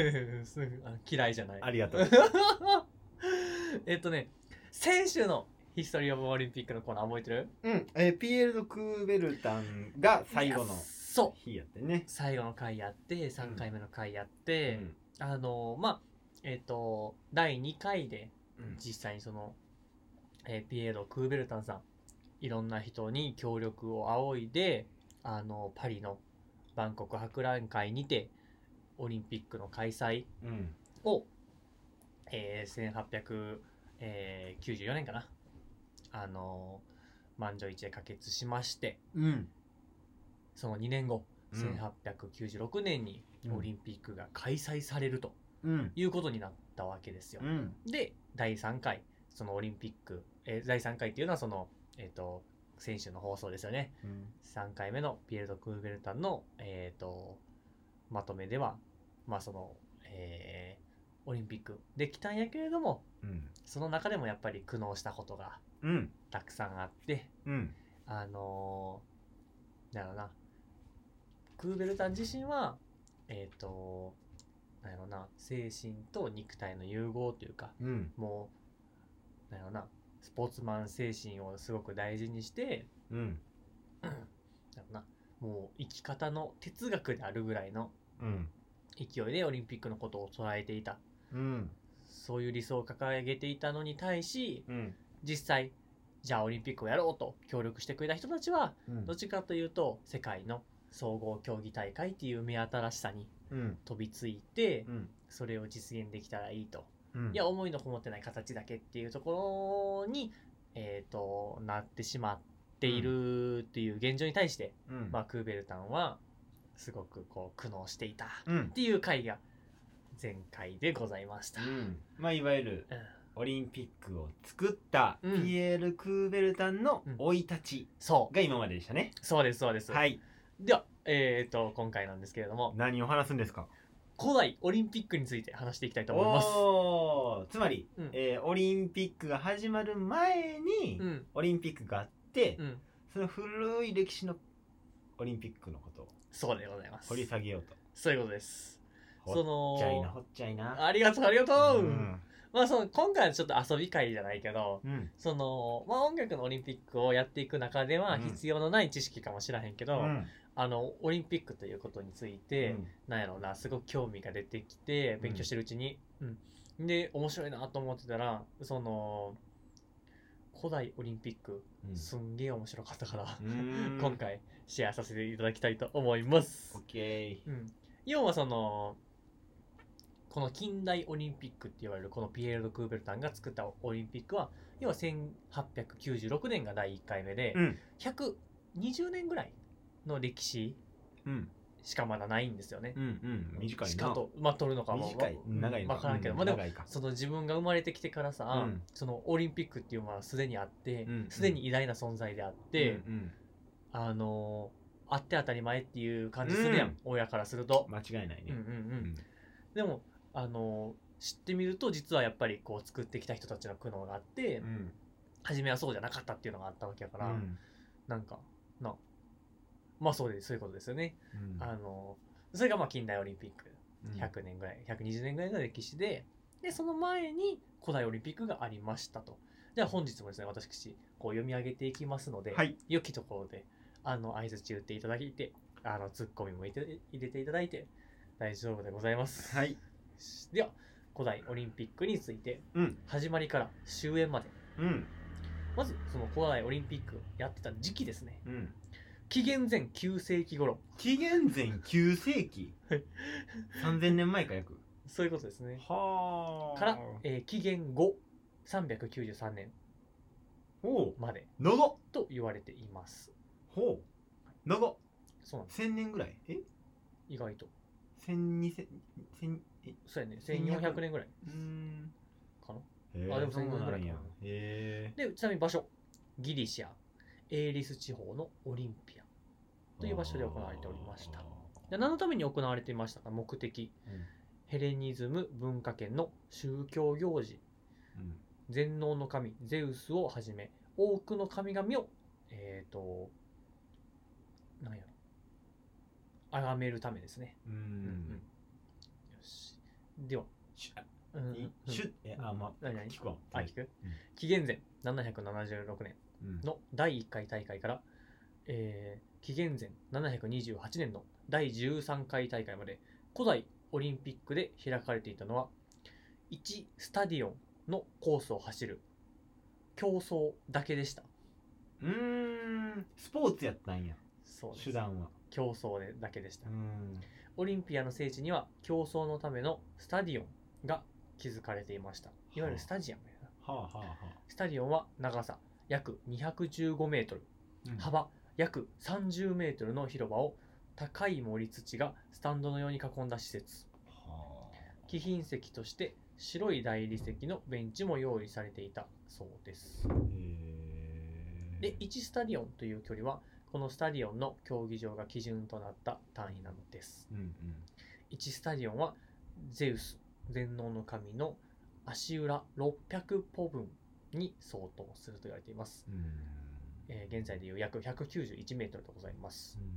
すぐあ嫌いじゃない、 ありがとうえっとね、先週のヒストリーオブオリンピックのコーナー覚えてる？ うん、えー、ピエール・ド・クーベルタンが最後の日やってね、 最後の回やってさんかいめの回やって、うん、あのまあえっ、ー、とだいにかいで実際にその、えー、ピエール・ド・クーベルタンさんいろんな人に協力を仰いで、あのパリの万国博覧会にてオリンピックの開催を、うん、えー、せんはっぴゃくきゅうじゅうよねんかな、あの満場一致で可決しまして、うん、そのにねんご、うん、せんはっぴゃくきゅうじゅうろくねんにオリンピックが開催されるということになったわけですよ、うん、でだいさんかいそのオリンピック、えー、だいさんかいっていうのはその、えーと、先週の放送ですよね、うん、さんかいめのピエール・ド・クーベルタンの、えーと、まとめではまあその、えーオリンピックできたんやけれども、うん、その中でもやっぱり苦悩したことがたくさんあって、うん、あのー、なんやろな、クーベルタン自身はえっ、ー、となんやろな、精神と肉体の融合というか、うん、もうなんやろな、スポーツマン精神をすごく大事にして、うん、なんやろな、もう生き方の哲学であるぐらいの勢いでオリンピックのことを捉えていた。うん、そういう理想を掲げていたのに対し、うん、実際じゃあオリンピックをやろうと協力してくれた人たちは、うん、どっちかというと世界の総合競技大会っていう目新しさに飛びついて、うん、それを実現できたらいいと、うん、いや思いのこもってない形だけっていうところに、えー、となってしまっているっていう現状に対して、うん、まあ、クーベルタンはすごくこう苦悩していたっていう回が前回でございました、うん、 まあいわゆるオリンピックを作ったピエール・クーベルタンの生い立ちが今まででしたね、 うん、そうですそうです、はい、では、えー、と今回なんですけれども、 何を話すんですか？ 古代オリンピックについて話していきたいと思います。 おつまり、うん、えー、オリンピックが始まる前に、うん、オリンピックがあって、うん、その古い歴史のオリンピックのことをそうでございます、 掘り下げようと。 そういうことです。 ほっちゃいなほっちゃいな。 ありがとうありがとう、うん、まあその今回はちょっと遊び会じゃないけど、うん、そのまあ音楽のオリンピックをやっていく中では必要のない知識かもしれへんけど、うん、あのオリンピックということについて、うん、なんやろうな、すごく興味が出てきて勉強してるうちに、うんうん、で面白いなと思ってたら、その古代オリンピック、うん、すんげえ面白かったから今回シェアさせていただきたいと思います。 OK、 うん、要はそのこの近代オリンピックって言われるこのピエール・ド・クーベルタンが作ったオリンピックは、要はせんはっぴゃくきゅうじゅうろくねんがだいいっかいめで、うん、ひゃくにじゅうねんぐらいの歴史しかまだないんですよね、うんうん、 短いな。 しかと、まあ、取るのかも短い長いのか分からんけど、うん、まあ、でもその自分が生まれてきてからさ、うん、そのオリンピックっていうのはすでにあってすで、うん、に偉大な存在であって、うんうん、あのあって当たり前っていう感じするやん、うん、親からすると間違いないね、うんうんうん、 でもあの知ってみると実はやっぱりこう作ってきた人たちの苦悩があって、うん、初めはそうじゃなかったっていうのがあったわけだから、うん、なんかなまあそうです、そういうことですよね、うん、あのそれがまあ近代オリンピックひゃくねんぐらい、ひゃくにじゅうねんぐらいの歴史で、でその前に古代オリンピックがありましたと。じゃあ本日もですね、私こう読み上げていきますので、はい、良きところであの相槌打っていただいて、あのツッコミも入れていただいて大丈夫でございます。はい。では古代オリンピックについて、うん、始まりから終焉まで、うん、まずその古代オリンピックやってた時期ですね。うん、紀元前きゅうせいき頃。 紀元前きゅうせいきさんぜんねんまえか約。 そういうことですね。はあ。から、えー、紀元後さんびゃくきゅうじゅうさんねんまで長と言われています。 ほう。長。そうなんです。せんねんぐらい。え？ 意外と。 せんにせん、千えそうやね。せんよんひゃくねんぐらい。うーん。かな。あでもせんごひゃくねんぐらいかな。へえ。でちなみに場所、ギリシャエーリス地方のオリンピアという場所で行われておりました。で何のために行われていましたか。目的、うん、ヘレニズム文化圏の宗教行事、うん、全能の神ゼウスをはじめ多くの神々をえっ、ー、と何やろ崇めるためですね。うん、うんうん、よし。ではしゅ、うん、しゅえあま何何聞くわ。あ聞く、うん、紀元前ななひゃくななじゅうろくねんのだいいっかい大会から、えー、紀元前ななひゃくにじゅうはちねんのだいじゅうさんかい大会まで古代オリンピックで開かれていたのはいちスタディオンのコースを走る競争だけでした。 うーんスポーツやったんや。そうです。手段は競争でだけでした。うん、オリンピアの聖地には競争のためのスタディオンが築かれていました。いわゆるスタジアムやな、はあはあはあ、スタディオンは長さ約にひゃくじゅうごメートル、うん、幅約さんじゅうメートルの広場を高い盛り土がスタンドのように囲んだ施設、はあ、貴賓席として白い大理石のベンチも用意されていたそうです。へでいちスタディオンという距離はこのスタディオンの競技場が基準となった単位なのです。うんうん、いちスタディオンはゼウス全能の神の足裏ろっぴゃくぽぶんに相当すると言われています。うんえー、現在でいう約ひゃくきゅうじゅういちメートルでございます。うん、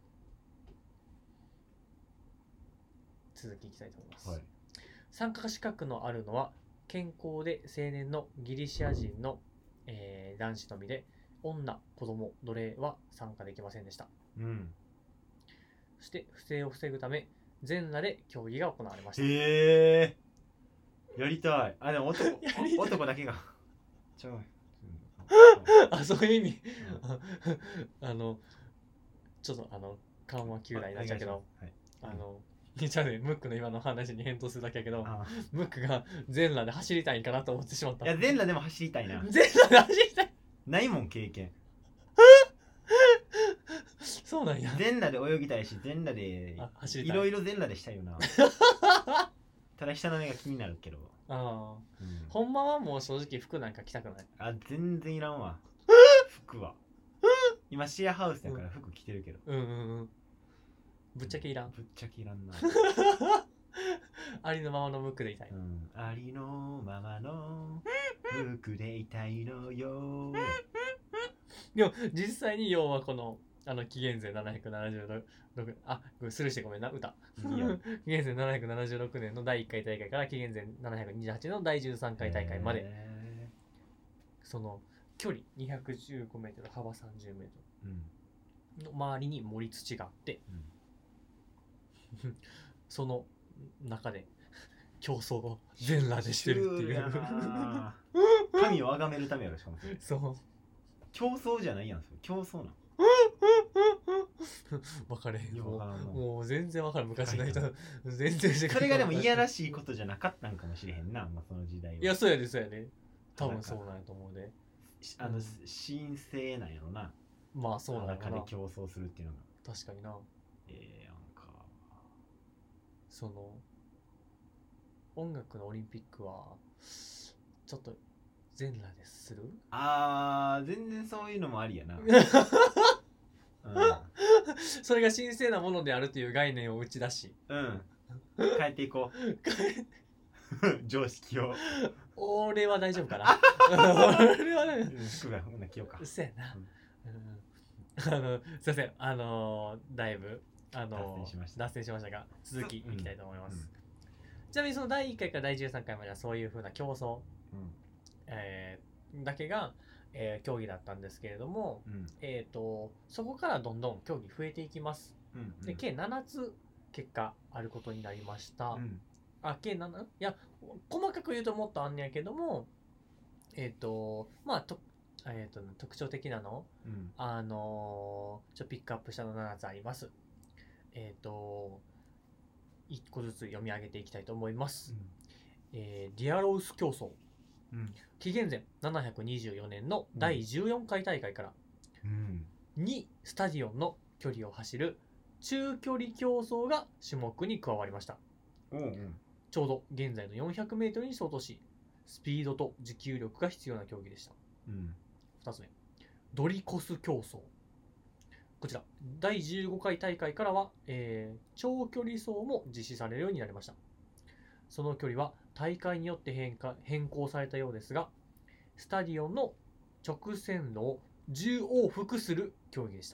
続きいきたいと思います。はい、参加資格のあるのは健康で青年のギリシア人の、えー、男子のみで女、子供、奴隷は参加できませんでした。うん、そして不正を防ぐため全裸で競技が行われました。 へーやりたい。あでも 男, 男だけがちょいあそういう意味、うん、あのちょっとあの緩和球大になっちゃうけど、はい、あのじゃあねムックの今の話に返答するだけやけど、ムックが全裸で走りたいんかなと思ってしまった。 いや全裸でも走りたいな。 全裸で走りたいないもん経験そうなんや。 全裸で泳ぎたいし全裸でいろいろ全裸でしたいよなただ下の目が気になるけど。ああ、うん、ほんまはもう正直服なんか着たくない。 あ全然いらんわ服は今シェアハウスだから服着てるけど、うん、うんうんうんぶっちゃけいらん。 ぶっちゃけいらんなありのままのムックでいたい、 うん、ありのままのムックでいたいのよでも実際に要はこのあの紀元前ななひゃくななじゅうろくあスルーしてごめんな歌いい紀元前ななひゃくななじゅうろくねんのだいいっかい大会から紀元前ななひゃくにじゅうはちねんのだいじゅうさんかい大会までその距離にひゃくじゅうごメートル幅さんじゅうメートルの周りに盛り土があって、うん、その中で競争を全裸でしてるっていう神を崇めるためやろ。しかもそう競争じゃないやん。それ競争な分かれへん。もう、もう全然分からん。昔の人全然それがでもいやらしいことじゃなかったんかもしれへんな、まあ、その時代は。 いやそうやでそうやで多分そうなんやと思うで。 あの、うん、神聖なんやろな。 まあそうなんやろな。 裸で競争するっていうのが確かにな。 ええー、なんかその音楽のオリンピックはちょっと全裸でする？ あー全然そういうのもありやな、うん、 それが神聖なものであるという概念を打ち出し、 うん、変えていこう常識を。 俺は大丈夫かな俺はね服がほんな着ようか。 うっせえな、うんうん、あのすいませんあのー、だいぶあの脱線しました脱線しましたが続きいきたいと思います、 うんうん、 ちなみにそのだいいっかいからだいじゅうさんかいまではそういう風な競争、 うんえー、だけが、えー、競技だったんですけれども、 うんえー、とそこからどんどん競技増えていきます、 うんうん、 で計ななつ結果あることになりました、 うん、 あ計なないや細かく言うともっとあんねやけどもえっ、ー、とまあとえー、と特徴的なの、 うん、 あのー、ちょピックアップしたのななつあります。えっ、ー、といっこずつ読み上げていきたいと思います、うんえー、ディアロウス競争、うん、紀元前ななひゃくにじゅうよねんのだいじゅうよんかい大会から、うん、にスタジオンの距離を走る中距離競争が種目に加わりました、うんうん、ちょうど現在の よんひゃくメートル に相当しスピードと持久力が必要な競技でした、うん、ふたつめドリコス競争、こちらだいじゅうごかい大会からは、えー、長距離走も実施されるようになりました。その距離は大会によって変化変更されたようですがスタディオンの直線路をじゅう往復する競技でした。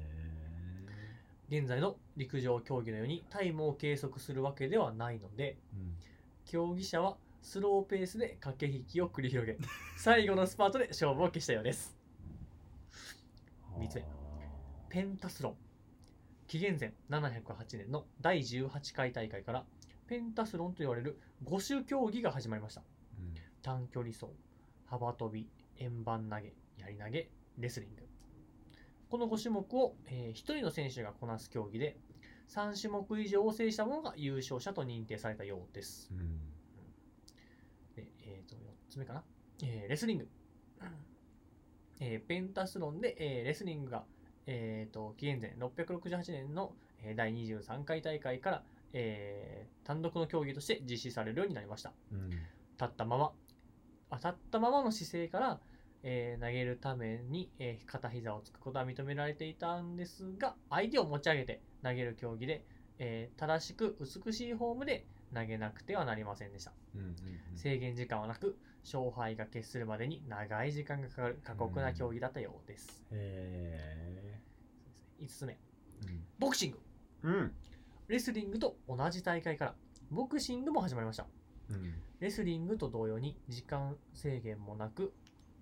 現在の陸上競技のようにタイムを計測するわけではないので、うん、競技者はスローペースで駆け引きを繰り広げ最後のスパートで勝負を消したようです。みっつめペンタスロン、紀元前ななひゃくはちねんのだいじゅうはちかい大会からペンタスロンと言われるご種競技が始まりました、うん、短距離走、幅跳び、円盤投げ、やり投げ、レスリング、このご種目を、えー、ひとりの選手がこなす競技でさん種目以上を制した者が優勝者と認定されたようです、うん、でえー、とよっつめかな、えー、レスリング、えー、ペンタスロンで、えー、レスリングがえー、と紀元前ろっぴゃくろくじゅうはちねんのだいにじゅうさんかい大会から、えー、単独の競技として実施されるようになりました、うん、立ったままあ立ったままの姿勢から、えー、投げるために、えー、片膝をつくことは認められていたんですが相手を持ち上げて投げる競技で、えー、正しく美しいフォームで投げなくてはなりませんでした、うんうんうん、制限時間はなく勝敗が決するまでに長い時間がかかる過酷な競技だったようです、うん、へーいつつめ、うん、ボクシング、うん、レスリングと同じ大会からボクシングも始まりました、うん、レスリングと同様に時間制限もなく、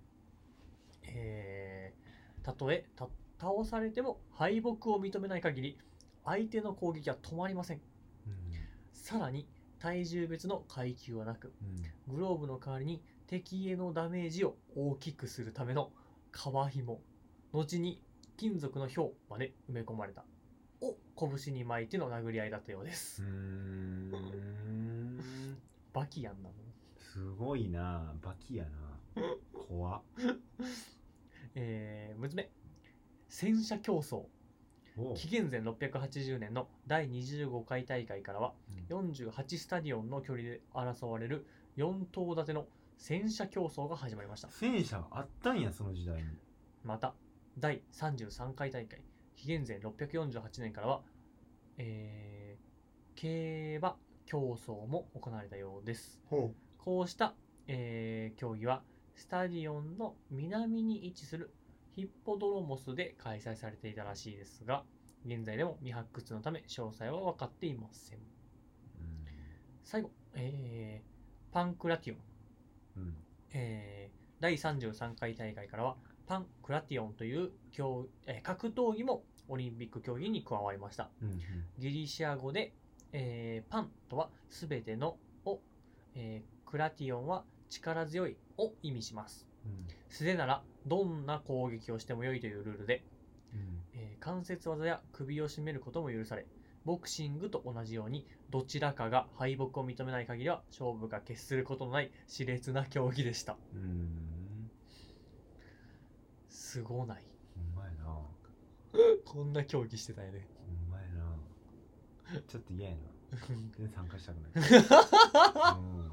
えー、たとえた倒されても敗北を認めない限り相手の攻撃は止まりません、うん、さらに体重別の階級はなく、うん、グローブの代わりに敵へのダメージを大きくするための皮紐、後に金属の表まで埋め込まれたを拳に巻いての殴り合いだったようです。うーんバキやんなの。 すごいな、バキやな。怖っ。 えー、むつめ戦車競争。紀元前ろっぴゃくはちじゅうねんのだいにじゅうごかい大会からは、うん、よんじゅうはちスタディオンの距離で争われるよん頭立ての戦車競争が始まりました。 戦車あったんや、その時代に。 まただいさんじゅうさんかい大会紀元前ろっぴゃくよんじゅうはちねんからは、えー、競馬競争も行われたようです。ほうこうした、えー、競技はスタディオンの南に位置するヒッポドロモスで開催されていたらしいですが、現在でも未発掘のため詳細は分かっていません。うん、最後、えー、パンクラティオン、うんえー、だいさんじゅうさんかい大会からはパンクラティオンという競、えー、格闘技もオリンピック競技に加わりました。うんうん、ギリシア語で、えー、パンとはすべてのを、えー、クラティオンは力強いを意味します。素手ならどんな攻撃をしても良いというルールで、うんえー、関節技や首を絞めることも許され、ボクシングと同じようにどちらかが敗北を認めない限りは勝負が決することのない熾烈な競技でした。うーんすごない。 うまいな。 こんな競技してたよね。 うまいな。ちょっと嫌やな。全然参加したくない。うん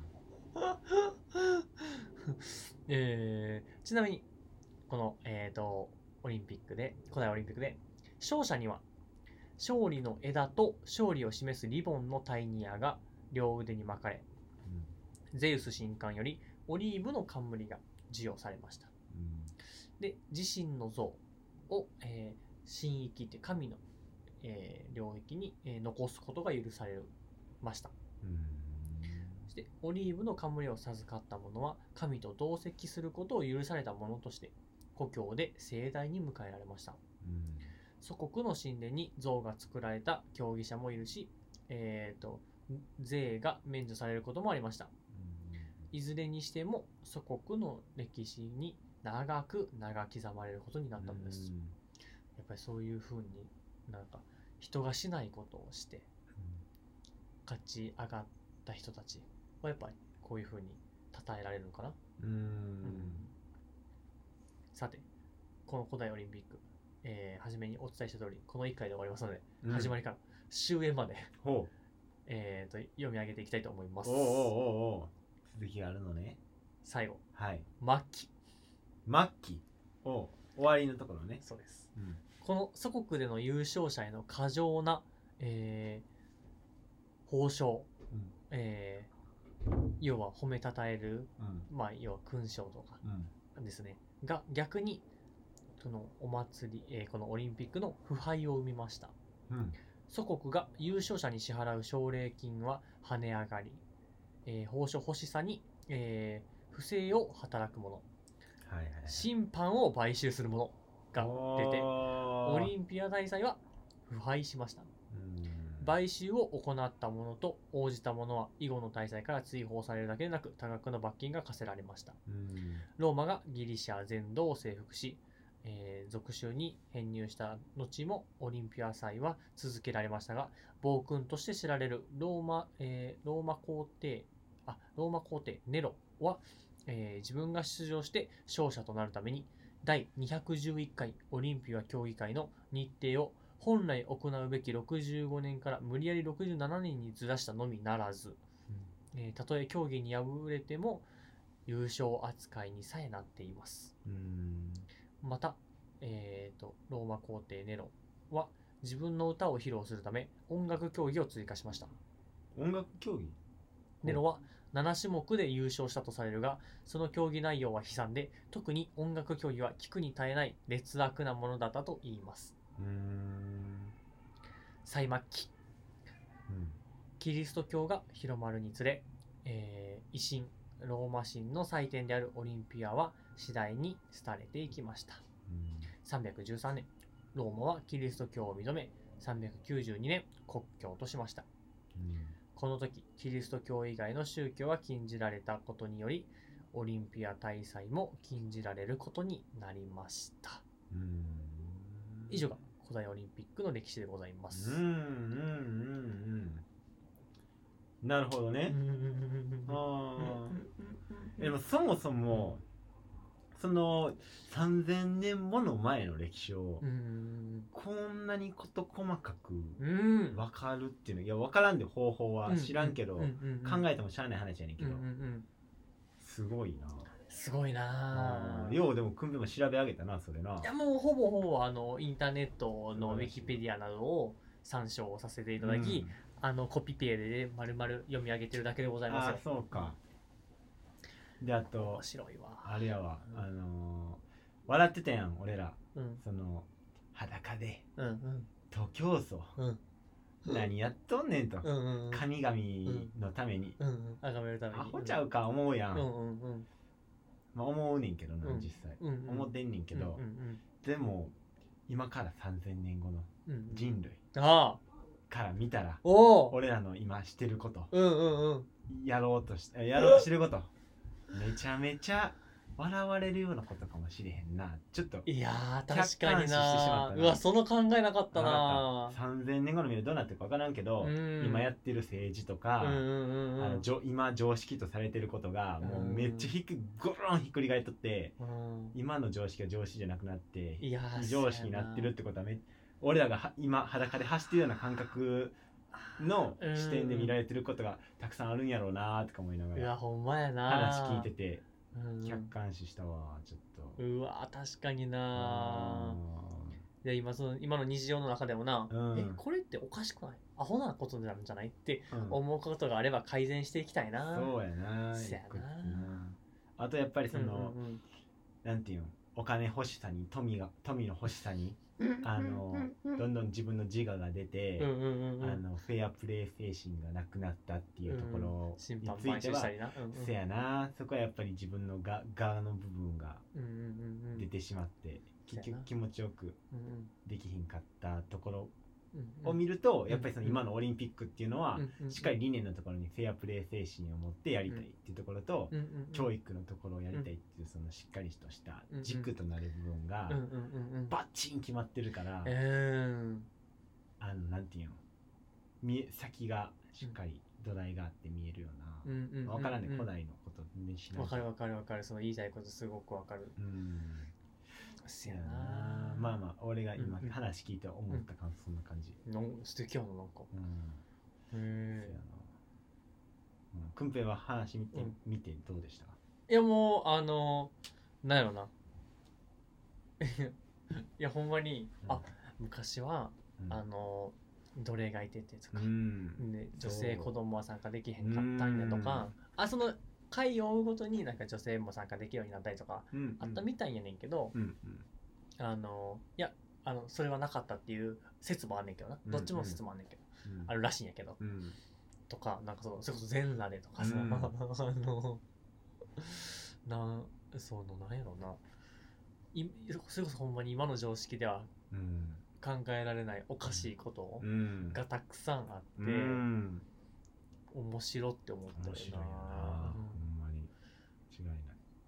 えー、ちなみにこの、えーと、オリンピックで古代オリンピックで勝者には勝利の枝と勝利を示すリボンのタイニアが両腕に巻かれ、うん、ゼウス神官よりオリーブの冠が授与されました。うん、で自身の像を、えー、神域って神の、ええー、領域に、えー、残すことが許されました。そしてオリーブの冠を授かった者は神と同席することを許された者として故郷で盛大に迎えられました。祖国の神殿に像が作られた競技者もいるし、えーと、税が免除されることもありました。いずれにしても祖国の歴史に長く長刻まれることになったのです。やっぱりそういうふうになんか人がしないことをして勝ち上がった人たちはやっぱりこういうふうに称えられるのかな。うーん、うん、さてこの古代オリンピック、えー、初めにお伝えした通りこのいっかいで終わりますので、うん、始まりから終焉までえと読み上げていきたいと思います。おーおーおーおー、続きがあるのね。 最後、 はい、 末期末期お終わりのところね。 そうです、うん、この祖国での優勝者への過剰な、えー、褒章、うん、えー、要は褒めたたえる、うん、まあ要は勲章とかですね、うん、が逆にそのお祭り、えー、このオリンピックの腐敗を生みました。うん、祖国が優勝者に支払う奨励金は跳ね上がり、えー、報奨欲しさに、えー、不正を働く者、はいはいはい、審判を買収する者が出てオリンピア大祭は腐敗しました。買収を行った者と応じた者は以後の大祭から追放されるだけでなく多額の罰金が課せられました。ローマがギリシャ全土を征服し、えー、属州に編入した後もオリンピア祭は続けられましたが、暴君として知られるローマ、えー、ローマ皇帝あローマ皇帝ネロは、えー、自分が出場して勝者となるためにだいにひゃくじゅういっかいオリンピア競技会の日程を本来行うべきろくじゅうごねんから無理やりろくじゅうななねんにずらしたのみならず、うん、えー、たとえ競技に敗れても優勝扱いにさえなっています。うーん、また、えーと、ローマ皇帝ネロは自分の歌を披露するため音楽競技を追加しました。 音楽競技？ ネロはななしもくで優勝したとされるが、その競技内容は悲惨で、特に音楽競技は聞くに耐えない劣悪なものだったと言います。うーん、最末期、うん、キリスト教が広まるにつれ、えー、維新ローマ神の祭典であるオリンピアは次第に廃れていきました。うん、さんびゃくじゅうさんねん、ローマはキリスト教を認めさんびゃくきゅうじゅうにねん国教としました。うん、この時キリスト教以外の宗教は禁じられたことによりオリンピア大祭も禁じられることになりました。うん、以上が古代オリンピックの歴史でございます。うんうんうんうん 、なるほどね。あでもそもそもそのさんぜんねんもの前の歴史をこんなに事細かく分かるっていうの、いや分からんで方法は知らんけど考えてもしゃあない話やねんけど、すごいな。 すごいな。 ようでもくんべも調べ上げたなそれな。 いやもうほぼほぼあのインターネットのウィキペディアなどを参照させていただき、うん、あのコピペで丸々読み上げてるだけでございますよ。 あ、そうか。であと面白いわ。 あれやわ、うん、あのー、笑ってたやん俺ら、うん、その裸で、うんうん、徒競走、うん何やっとんねんと、うんうんうん、神々のために、 うんうん、崇めるためにアホちゃうか思うやん、うんうんうん、まあ、思うねんけどな、うん、実際、うんうん、思ってんねんけど、うんうんうん、でも今からさんぜんねんごの人類から見たら、うんうん、俺らの今してること、うんうんうん、やろうとしやろうとしてることめちゃめちゃ笑われるようなことかもしれへんな。ちょっといやー確かにな。うわその考えなかったな。 さんぜんねんごの未来どうなってるか分からんけど、うん、今やってる政治とか、うんうんうん、あの今常識とされてることがもうめっちゃひくゴロンひっくり返っとって、うん、今の常識が常識じゃなくなって非常識になってるってことはめ俺らがは今裸で走ってるような感覚の視点で見られてることがたくさんあるんやろうなとか思いながら、 いやほんまやな話聞いてて客観視したわ。ちょっとうわ確かにな。で今その今の日常の中でもな、うん、えこれっておかしくないアホなことなんじゃないって思うことがあれば改善していきたいな、 うん、そうやな。そうやな。あとやっぱりその、うんうんうん、なんていうのお金欲しさに富が富の欲しさにあのどんどん自分の自我が出て、うんうんうんうん、あのフェアプレー精神がなくなったっていうところについては、うんうん、せやな、そこはやっぱり自分のが側の部分が出てしまって、うんうんうん、結局気持ちよくできひんかったところを見ると、やっぱりその今のオリンピックっていうのはしっかり理念のところにフェアプレー精神を持ってやりたいっていうところと、教育のところをやりたいっていうそのしっかりとした軸となる部分がバッチン決まってるから、あのなんていうの、見え先がしっかり土台があって見えるような、分からんね、古代のこと全然しない。 分かる分かる分かる、その言いたいことすごく分かる。うん、 せやな。まあまあ俺が今話聞いて思った感想、そんな感じ。 なん素敵やな、なんか。うん。へえ。 くんぺいは話見て、うん、見てどうでした？ いやもうあのなんやろな。いやほんまに、うん、あ昔は、うん、あの奴隷がいててとか、うん、で女性子供は参加できへんかったんやとか、あその回を追うごとになんか女性も参加できるようになったりとか、うんうん、あったみたいやねんけど、うんうん、あのいやあのそれはなかったっていう説もあんねんけどな、どっちも説もあんねんけど、うんうん、あるらしいんやけど、うん、とかなんかそのそれこそ全裸でとかさ、うん、あのなそのなんやろな、いそれこそほんまに今の常識では考えられないおかしいことがたくさんあって、うん、面白って思ったよな。面白いよな、うん、ほんまに違いない。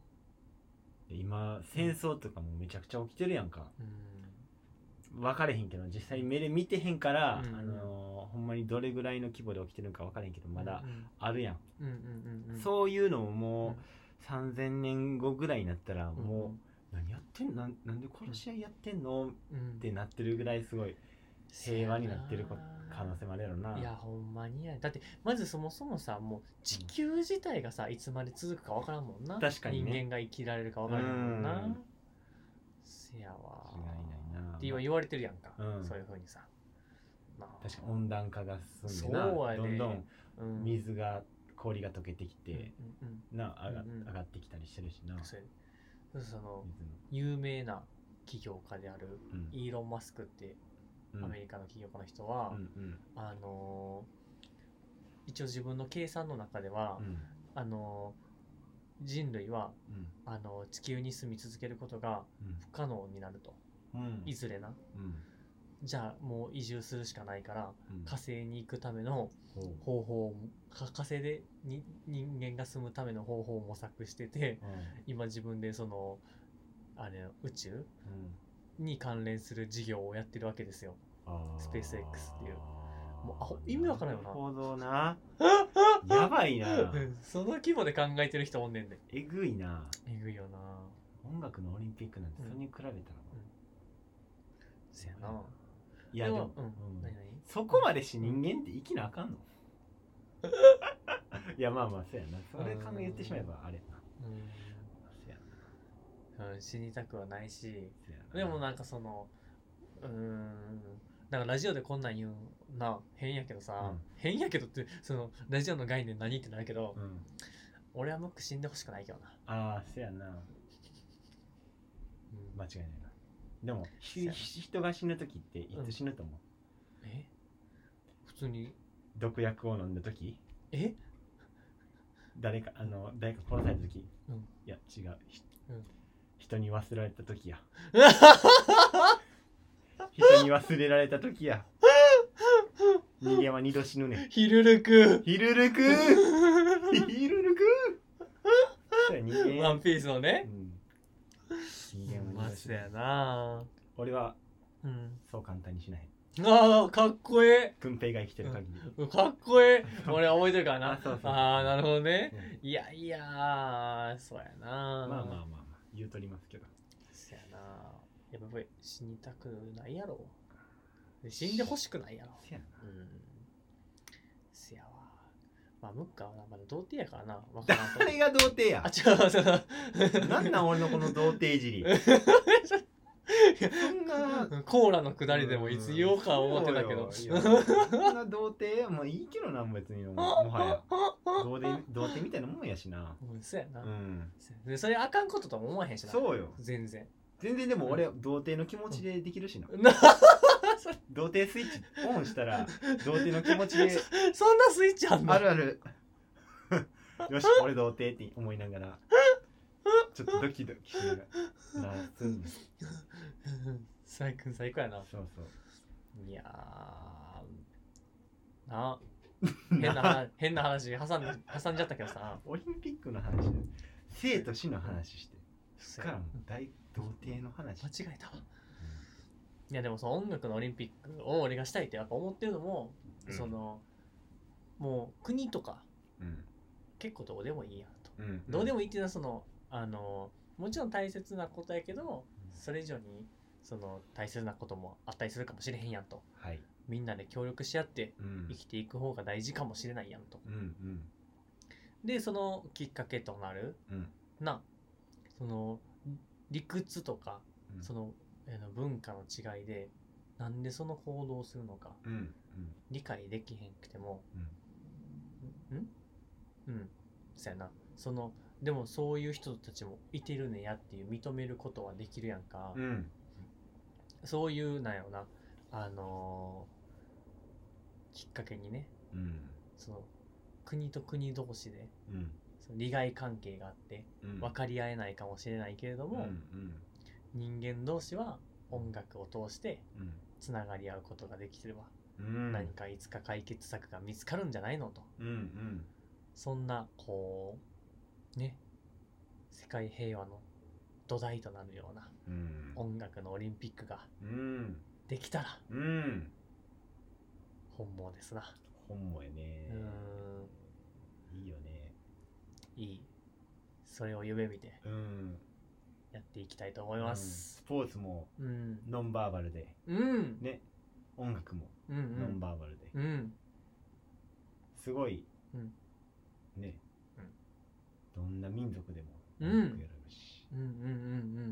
今戦争とかもめちゃくちゃ起きてるやんか、うん、分かれへんけど実際目で見てへんから、うん、あのー、ほんまにどれぐらいの規模で起きてるんか分からへんけどまだあるやん、うんうんうんうん、そういうのをもうさんぜんねんごぐらいになったらもう、うん、何やってんの、な、なんで殺し合いやってんの、うん、ってなってるぐらいすごい平和になってる可能性もあるやろな。 いやほんまにや、だってまずそもそもさ、もう地球自体がさ、うん、いつまで続くか分からんもんな。 確かに、ね、 人間が生きられるか分からんもんな。んせやわ違いないなって今言われてるやんか、うん、そういう風にさ、 まあ、確かに温暖化が進んでな、そうやでどんどん水が、うん、氷が溶けてきて、うんうん、な上が、うんうん、上がってきたりしてるしな。そその有名な起業家である、うん、イーロン・マスクってアメリカの起業家の人は、うんうん、あのー、一応自分の計算の中では、うん、あのー、人類は、うん、あのー、地球に住み続けることが不可能になると、うん、いずれな、うん、じゃあもう移住するしかないから、うん、火星に行くための方法を、火星でに人間が住むための方法を模索してて、うん、今自分でそのあれ宇宙、うんに関連する事業をやってるわけですよ。スペース X っていう。もうあ意味わからんよな。 なるほどな。やばいな。 その規模で考えてる人おんねんで。 えぐいな。 えぐいよな。 音楽のオリンピックなんてそれに比べたらもう、うん、 せやな。 いやでも、でもうん、何々そこまでし人間って生きなあかんの？いやまあまあそうやな。それ考え言ってしまえばあれやな。うんうん、死にたくはないし、でもなんかそのうーんなんかラジオでこんなん言うな変やけどさ、うん、変やけどってそのラジオの概念何ってなるけど、うん、俺はムック死んでほしくないけどな。 ああせやな、うん、間違いないな。でも人が死ぬ時っていつ死ぬと思う？うん、 え普通に毒薬を飲んだ時？ え誰かあの誰か殺された時？うん、いや違う、うん人に忘れられた時や人に忘れられた時や人間は二度死ぬねん。 ヒルルクヒルルクヒルルクそうや人間ワンピースのね、 うん、人間は二度死ぬやな。 俺は、うん、そう簡単にしない。 ああかっこいい。 くんぺいが生きてる限り、 うん、かっこいい。俺は覚えてるからな。あ, そうそうそうあなるほどね、うん、いやいやそうやな。 まあまあまあ言うとりますけど。 そやな。やっぱり死にたくないやろ。死んでほしくないやろ。せやな。うん。せやわ。まあムッカはまだ童貞やからな。 誰が童貞や。 あ違う違う。なんなん俺のこの童貞いじり。そんなコーラのくだりでもいつ言おうか思ってたけど。 そんな童貞もういいけどな別にもはや。童貞童貞みたいなもんやしな。 うんそうやな。うん。でそれあかんこととも思わへんしな。 そうよ。 全然。 全然でも俺、うん、童貞の気持ちでできるしな、うん、童貞スイッチオンしたら童貞の気持ちでそんなスイッチあんの？ あるあるよし俺童貞って思いながらちょっとドキドキしながらなすんの最高最高やな。 そうそういやーな変な話変な話挟んで挟んじゃったけどさ、 オリンピックの話生と死の話してそっからも大童貞の話間違えたわ、うん、いやでもその音楽のオリンピックを俺がしたいってやっぱ思ってるのも、うん、そのもう国とか、うん、結構どうでもいいやと、うんうん、どうでもいいっていうのはそのあのもちろん大切なことやけど、それ以上にその大切なこともあったりするかもしれへんやんと、はい、みんなで協力し合って生きていく方が大事かもしれないやんと、うんうん、でそのきっかけとなる、うん、なその理屈とか、うん、その、えー、の文化の違いでなんでその行動をするのか、うんうん、理解できへんくても、うん、うんうんそうやな、そのでもそういう人たちもいてるねやっていう認めることはできるやんか、うん、そういうなんやろな、あのー、きっかけにね、うん、その国と国同士で、うん、その利害関係があって、うん、分かり合えないかもしれないけれども、うんうん、人間同士は音楽を通してつながり合うことができてれば、うん、何かいつか解決策が見つかるんじゃないのと、うんうん、そんなこうね世界平和の土台となるような、うん、音楽のオリンピックができたら、うん、本望ですな。 本望やね。うん、いいよね。 いい。それを夢見てやっていきたいと思います。 うん、スポーツもノンバーバルで、うん、ね、音楽もノンバーバルで、うんうん、すごい、うん、ね、うん、どんな民族でも音楽やるし、うん、うんうんうんうん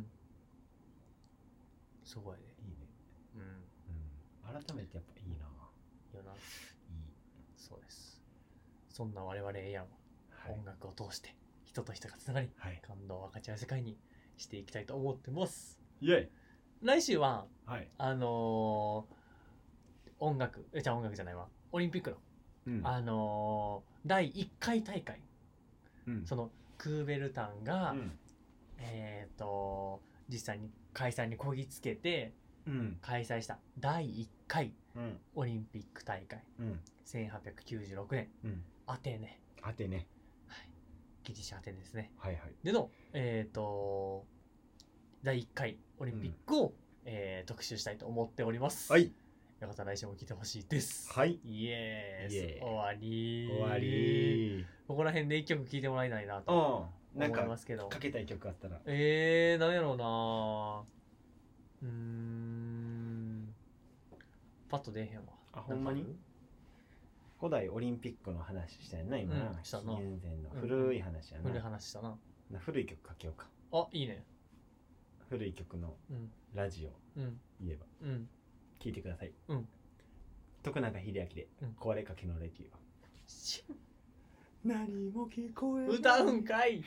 すごいね。 いいね。うん、うん、改めてやっぱいいな。 よな。いい。そうです。そんな我々エイヤンは、はい、音楽を通して人と人がつながり、はい、感動を分かち合う世界にしていきたいと思ってます。 イエイ。 来週は、はい、あのー、音楽えじゃあ音楽じゃないわオリンピックの、うん、あのー、だいいっかい大会、うん、そのクーベルタンが、うん、えっ、ー、と実際に開催にこぎつけて、うん、開催しただいいっかいオリンピック大会、うん、せんはっぴゃくきゅうじゅうろくねん、うん、アテネアテネ、 はい、ギリシャアテネですね、 はいはい、 での、えー、とだいいっかいオリンピックを、うんえー、特集したいと思っております。はい。よかったら来週も聞いてほしいです。 はい。 イエース。終わり。 終わり。 ここら辺で一曲聴いてもらえないなと思いますけど。 なんかかけたい曲あったら。 えー、なんやろうなうーん。パッと出えへんわ。 あ、ほんまに古代オリンピックの話したよな、今な。うん、したな。紀元前の古い話やな。 うん、古い話したな。 古い曲かけようか。 あ、いいね。 古い曲のラジオ言えば、うん、聞いてください、うん、徳永英明で、うん、壊れかけのレディオ何も聞こえない歌うんかい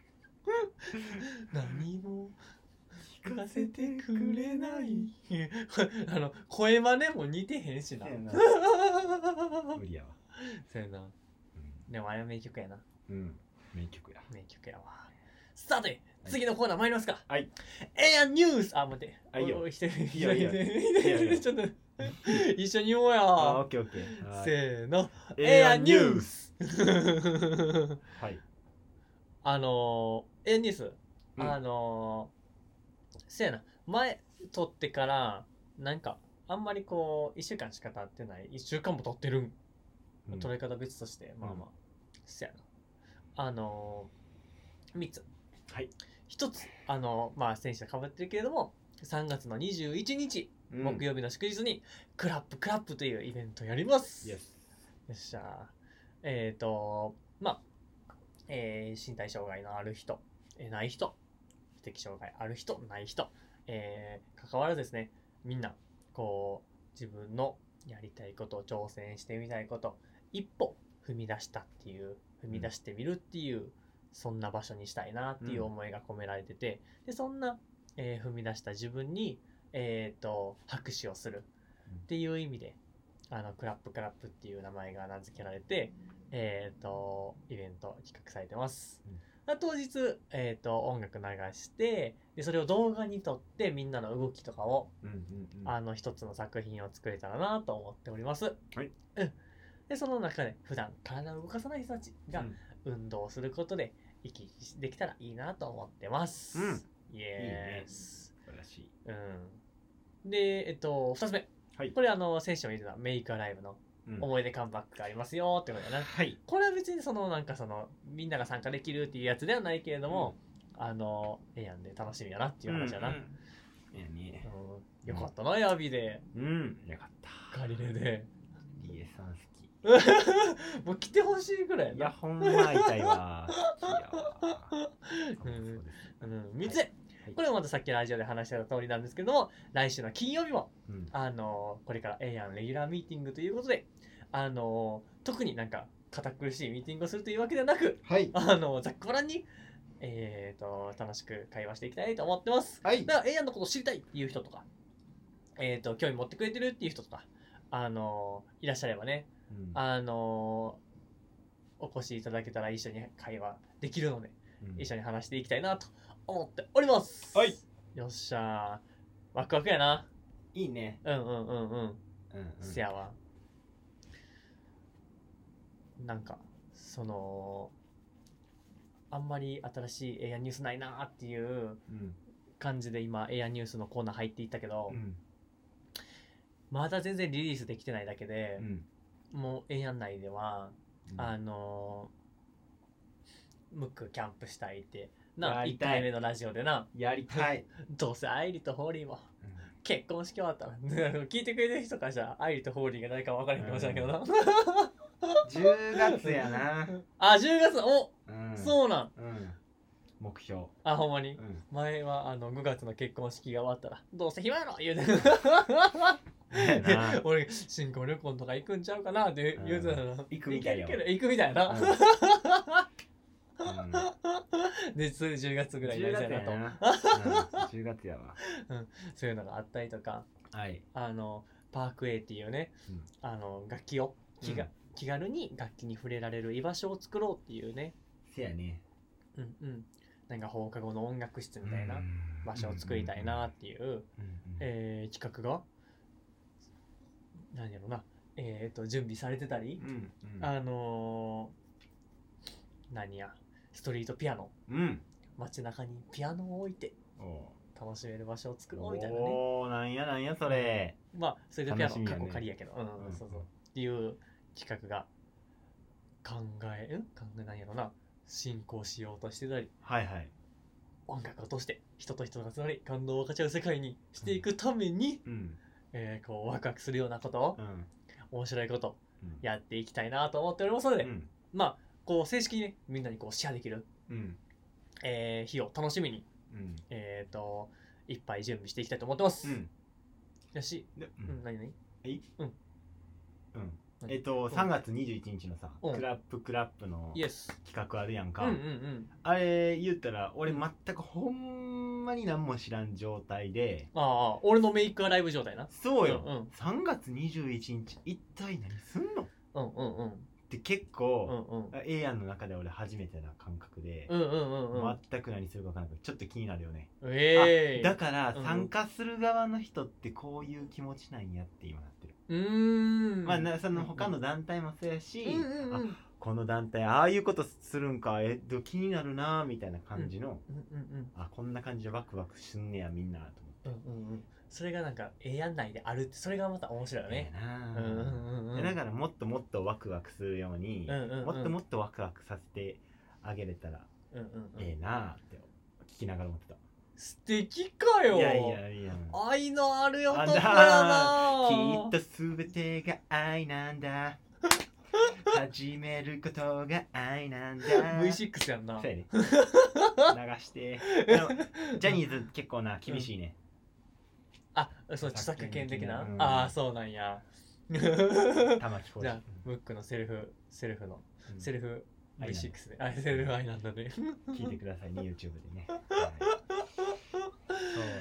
何も聞かせてくれないあの声真似も似てへんしな無理やわそうやな、うん、でもあれは名曲やなうん名曲や名曲やわさて次のコーナー参りますか。 はい。 エアニュースあ、待って。 あ、いいよ。 一緒に。いやいや。ちょっと、一緒に言おうや。 あ、オッケーオッケー。 せーの。エアニュースはい。 あのー、エアニュース、うん、あのー、せやな。前撮ってから、なんか、あんまりこう、いっしゅうかんしか経ってない。いっしゅうかんも撮ってるん。うん、撮り方別として、まあまあ。うん、せやな。あのー、みっつ。 はい。 一つあのまあ選手はかぶってるけれどもさんがつのにじゅういちにち、うん、木曜日の祝日にクラップクラップというイベントをやります。 Yes. よっしゃえっ、ー、とまあ、えー、身体障害のある人、えー、ない人、知的障害ある人ない人、えー、関わらずですねみんなこう自分のやりたいことを挑戦してみたいこと一歩踏み出したっていう踏み出してみるっていう、うんそんな場所にしたいなっていう思いが込められてて、でそんなえー、踏み出した自分に、えー、と拍手をするっていう意味で、あのクラップクラップっていう名前が名付けられて、えー、とイベント企画されてます、うん、当日、えー、と音楽流してでそれを動画に撮ってみんなの動きとかを、うんうんうん、あの一つの作品を作れたらなと思っております、はい、うん、でその中で普段体を動かさない人たちが運動することで生き生きできたらいいなと思ってます、うん、イエース、 素晴らしい、 うん、でえっとふたつめ、はい、これあの選手も言ってたメイクアライブの思い出カムバックがありますよってことだな、はい、これは別にそのなんかそのみんなが参加できるっていうやつではないけれども、うん、あのええやんで楽しみやなっていう話だな、うんうん、いやね、うん、よかったな、ヤビで、 うん、よかったガリレでリエさん好きもう来てほしいぐらいやな。 いやほんま会いたいわうん、うん、みっつ、はい、これもまたさっきラジオで話してた通りなんですけども、来週の金曜日も、うん、あのこれからええやんレギュラーミーティングということで、あの特になんか堅苦しいミーティングをするというわけではなく、はい、あのざっくばらんにえーと楽しく会話していきたいと思ってます、はい、だからええやんのことを知りたいっていう人とか、えーと興味持ってくれてるっていう人とか、あのいらっしゃればね、うん、あのお越しいただけたら一緒に会話できるので、うん、一緒に話していきたいなと思っております。はい。よっしゃー。ワクワクやな。 いいね。 うんうんうんうん。うんうん、せやわ。なんかそのあんまり新しいエアニュースないなーっていう感じで今エアニュースのコーナー入っていったけど、うん、まだ全然リリースできてないだけで、うん、もうエア内では、うん、あのー、ムックキャンプしたいってな、いっかいめのラジオでな、 やりたいどうせアイリとホーリーも、うん、結婚式終わったら聞いてくれてる人からしたらアイリとホーリーが誰か分からへんかもしれないけどな、うん、 じゅうがつやなあ、じゅうがつ、お、うん、そうなん、うん、 目標、 あ、ほんまに、うん、前はあのごがつの結婚式が終わったらどうせ暇やろ言うて俺新婚旅行とか行くんちゃうかなって言うてたら、 行くみたいや行くみたいな、うんでそれじゅうがつぐらいになりそうやなと、うん、 じゅうがつやわ、 うん、そういうのがあったりとか、はい、あのパーク A っていうね、うん、あの楽器を気が、うん、気軽に楽器に触れられる居場所を作ろうっていうね、 せやね、 うんうん、なんか放課後の音楽室みたいな場所を作りたいなっていう、うんうん、えー、企画が何やろな、えー、と準備されてたり、うんうん、あのー、何やストリートピアノ、うん、街中にピアノを置いて楽しめる場所を作ろうみたいなね。 おー、なんやなんやそれ。 まあそれでピアノ過去仮やけど、ね、うん、うん、そうそうっていう企画が考えん考えなんやろな、進行しようとしてたり、はいはい、音楽を通して人と人が集まり感動を分かち合う世界にしていくために、うん、えー、こうワクワクするようなことを、うん、面白いことをやっていきたいなと思っておりますので、うん、まあこう正式にねみんなにこうシェアできる、うん、えー、日を楽しみに、うん、えっ、ー、といっぱい準備していきたいと思ってます。うん、よし、うん、何何？ えい？うん。うん。えっとさんがつにじゅういちにちのさ、クラップクラップの企画あるやんか。うんうんうん、あれ言ったら俺全くほんまに何も知らん状態で、 ああ俺のメイクアライブ状態な。 そうよ。うんうん、さんがつにじゅういちにち一体何すんの？うんうんうん。で結構、うんうん、ええやんの中で俺初めてな感覚で、うんうんうんうん、全く何するか分からなくてちょっと気になるよね。えー、だから参加する側の人ってこういう気持ちなんやって今なってる。うーん、まあなその他の団体もそうやし、うんうんうん、あこの団体ああいうことするんか、えっと気になるなみたいな感じの、うんうんうん、あこんな感じでワクワクすんねやみんなと思って、うんうんうん、 それがなんかええやん内であるってそれがまた面白いよね。えーな、うんうんうん、だからもっともっとワクワクするように、うんうんうん、もっともっとワクワクさせてあげれたら、うんうんうん、ええなって聞きながら思ってた。 素敵かよ。 いやいやいや、 愛のある男やな。 きっと全てが愛なんだ始めることが愛なんだブイシックス やんな。 そうやね流してジャニーズ結構な厳しいね、 うん、あ、そう著作権的な、うん、ああそうなんや玉木浩二。じゃあムックのセルフセルフの、うん、セルフ ブイシックス であセルフ愛なんだね聞いてくださいね YouTube でね、はい、そ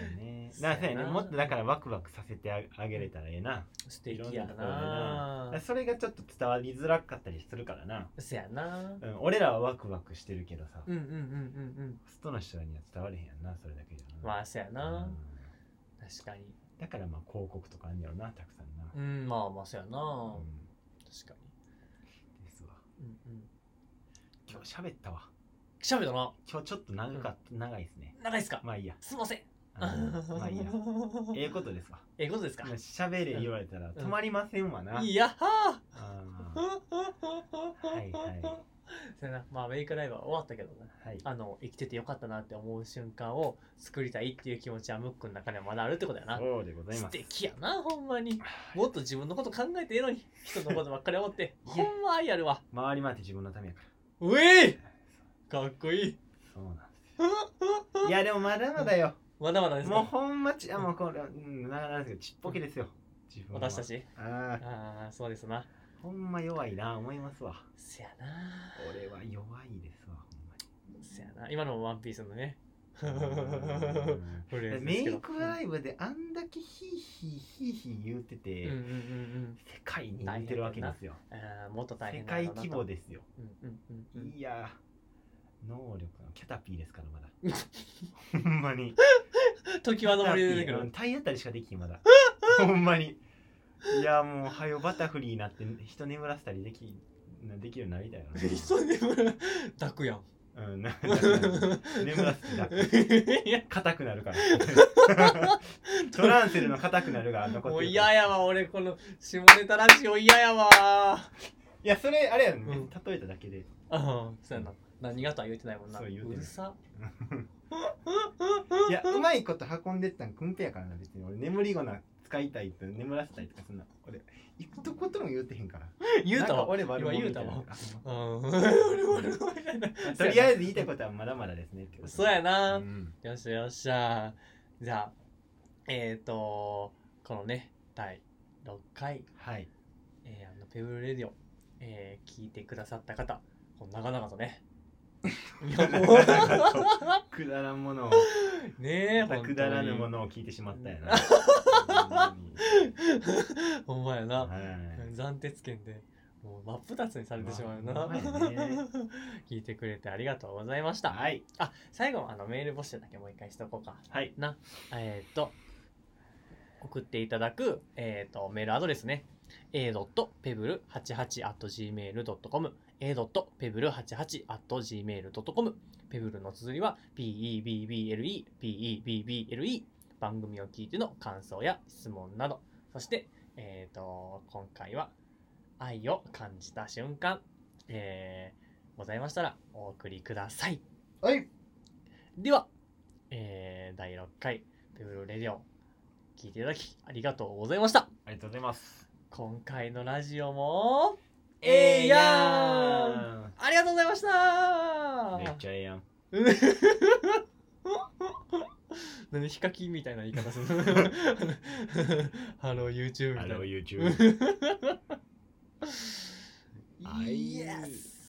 なそうやね、もっとだからワクワクさせてあげれたらええな。 素敵やな。 なそれがちょっと伝わりづらかったりするからな。 そやな、 うん、俺らはワクワクしてるけどさ、 うんうんうんうんうんホストの人には伝われへんやんな、それだけじゃな。まあそやな、うん、確かに。 だからまあ広告とかあんねやろな、たくさんな。 うん、まあまあそやな、うん、確かにですわ。 うんうん。 今日喋ったわ。 喋ったな。 今日ちょっと長かった、うん、長いですね。 長いっすか。 まあいいや。 すいません。 まあいいや。ええことですわ。 ええことですか。 喋れ言われたら止まりませんわな。 いやはー。はいはい。 そやな、まあメイクライブは終わったけどね、はい、あの生きててよかったなって思う瞬間を作りたいっていう気持ちはムックの中にはまだあるってことやな。 そうでございます。 素敵やな、ほんまに。もっと自分のこと考えてええのに、人のことばっかり思ってほんま愛やるわ。 回り回って自分のためやから。 うえい、かっこいい。 そうなんですよ。いやでもまだまだよ。 まだまだですか。 もうほんまち、あ、もうこれ、うん、なんですけど、ちっぽけですよ。 自分は私たち。 ああ、そうですな。 ほんま弱いな、思いますわ。 せやな。 俺は弱いですわ、ほんまに。せやな。今のワンピースのね。 メイクライブであんだけヒーヒーヒーヒー言うてて、世界に似てるわけですよ。 もっと大変世界規模ですよ。 うんうんうん、 いや能力のキャタピーですからまだ。ほんまに。 時はの森で出てくる。 体当たりしかできんまだ。ほんまに。いやもうはよバタフリーになって人眠らせたりできできるようになりたいからね。 人眠ら抱くやん。 うん、な眠らせて抱く。硬くなるから。トランセルの硬くなるが残ってる。 もう嫌やわ俺この下ネタラジオ嫌やわ。 いやそれあれやんね、例えただけで。 ああそうやな。何がとは言ってないもんな。 そう言うてうるさ。 いやうまいこと運んでったんくんぺやからな。別に俺眠り粉使いたいって眠らせたいとかそんな俺一言も言うてへんから。 言うたわ。 俺悪者言うたわ。 とりあえず言いたいことはまだまだですねってこと。 そうやな、うん、よっしゃよっしゃ。じゃあえっ、ー、とこのねだいろっかい、 はい、 えー、あのペブルレディオ、えー、聞いてくださった方長々とねくだらんものをねえくだらぬものを聞いてしまったやな。 ほんまやな、はい、暫定権でもう真っ二つにされてしまうな、まあね、聞いてくれてありがとうございました、 はい、 あ最後あのメール募集だけもう一回しとこうか、 はい、 なえっ、ー、と送っていただく、えー、とメールアドレスね エードットペブルはちはちアットジーメールドットコム エードットペブルはちはちアットジーメールドットコム ペブルの綴りは ピーイービービーエルイー ピーイービービーエルイー 番組を聞いての感想や質問などそして、えー、と今回は愛を感じた瞬間、えー、ございましたらお送りください。 はい。 では、えー、だいろっかいペブルレディオ聞いていただきありがとうございました。 ありがとうございます。 今回のラジオもええやん。ありがとうございました。 めっちゃええやん。 何ヒカキンみたいな言い方する。ハロー YouTube みたいな。 ハロー YouTube。 イエス。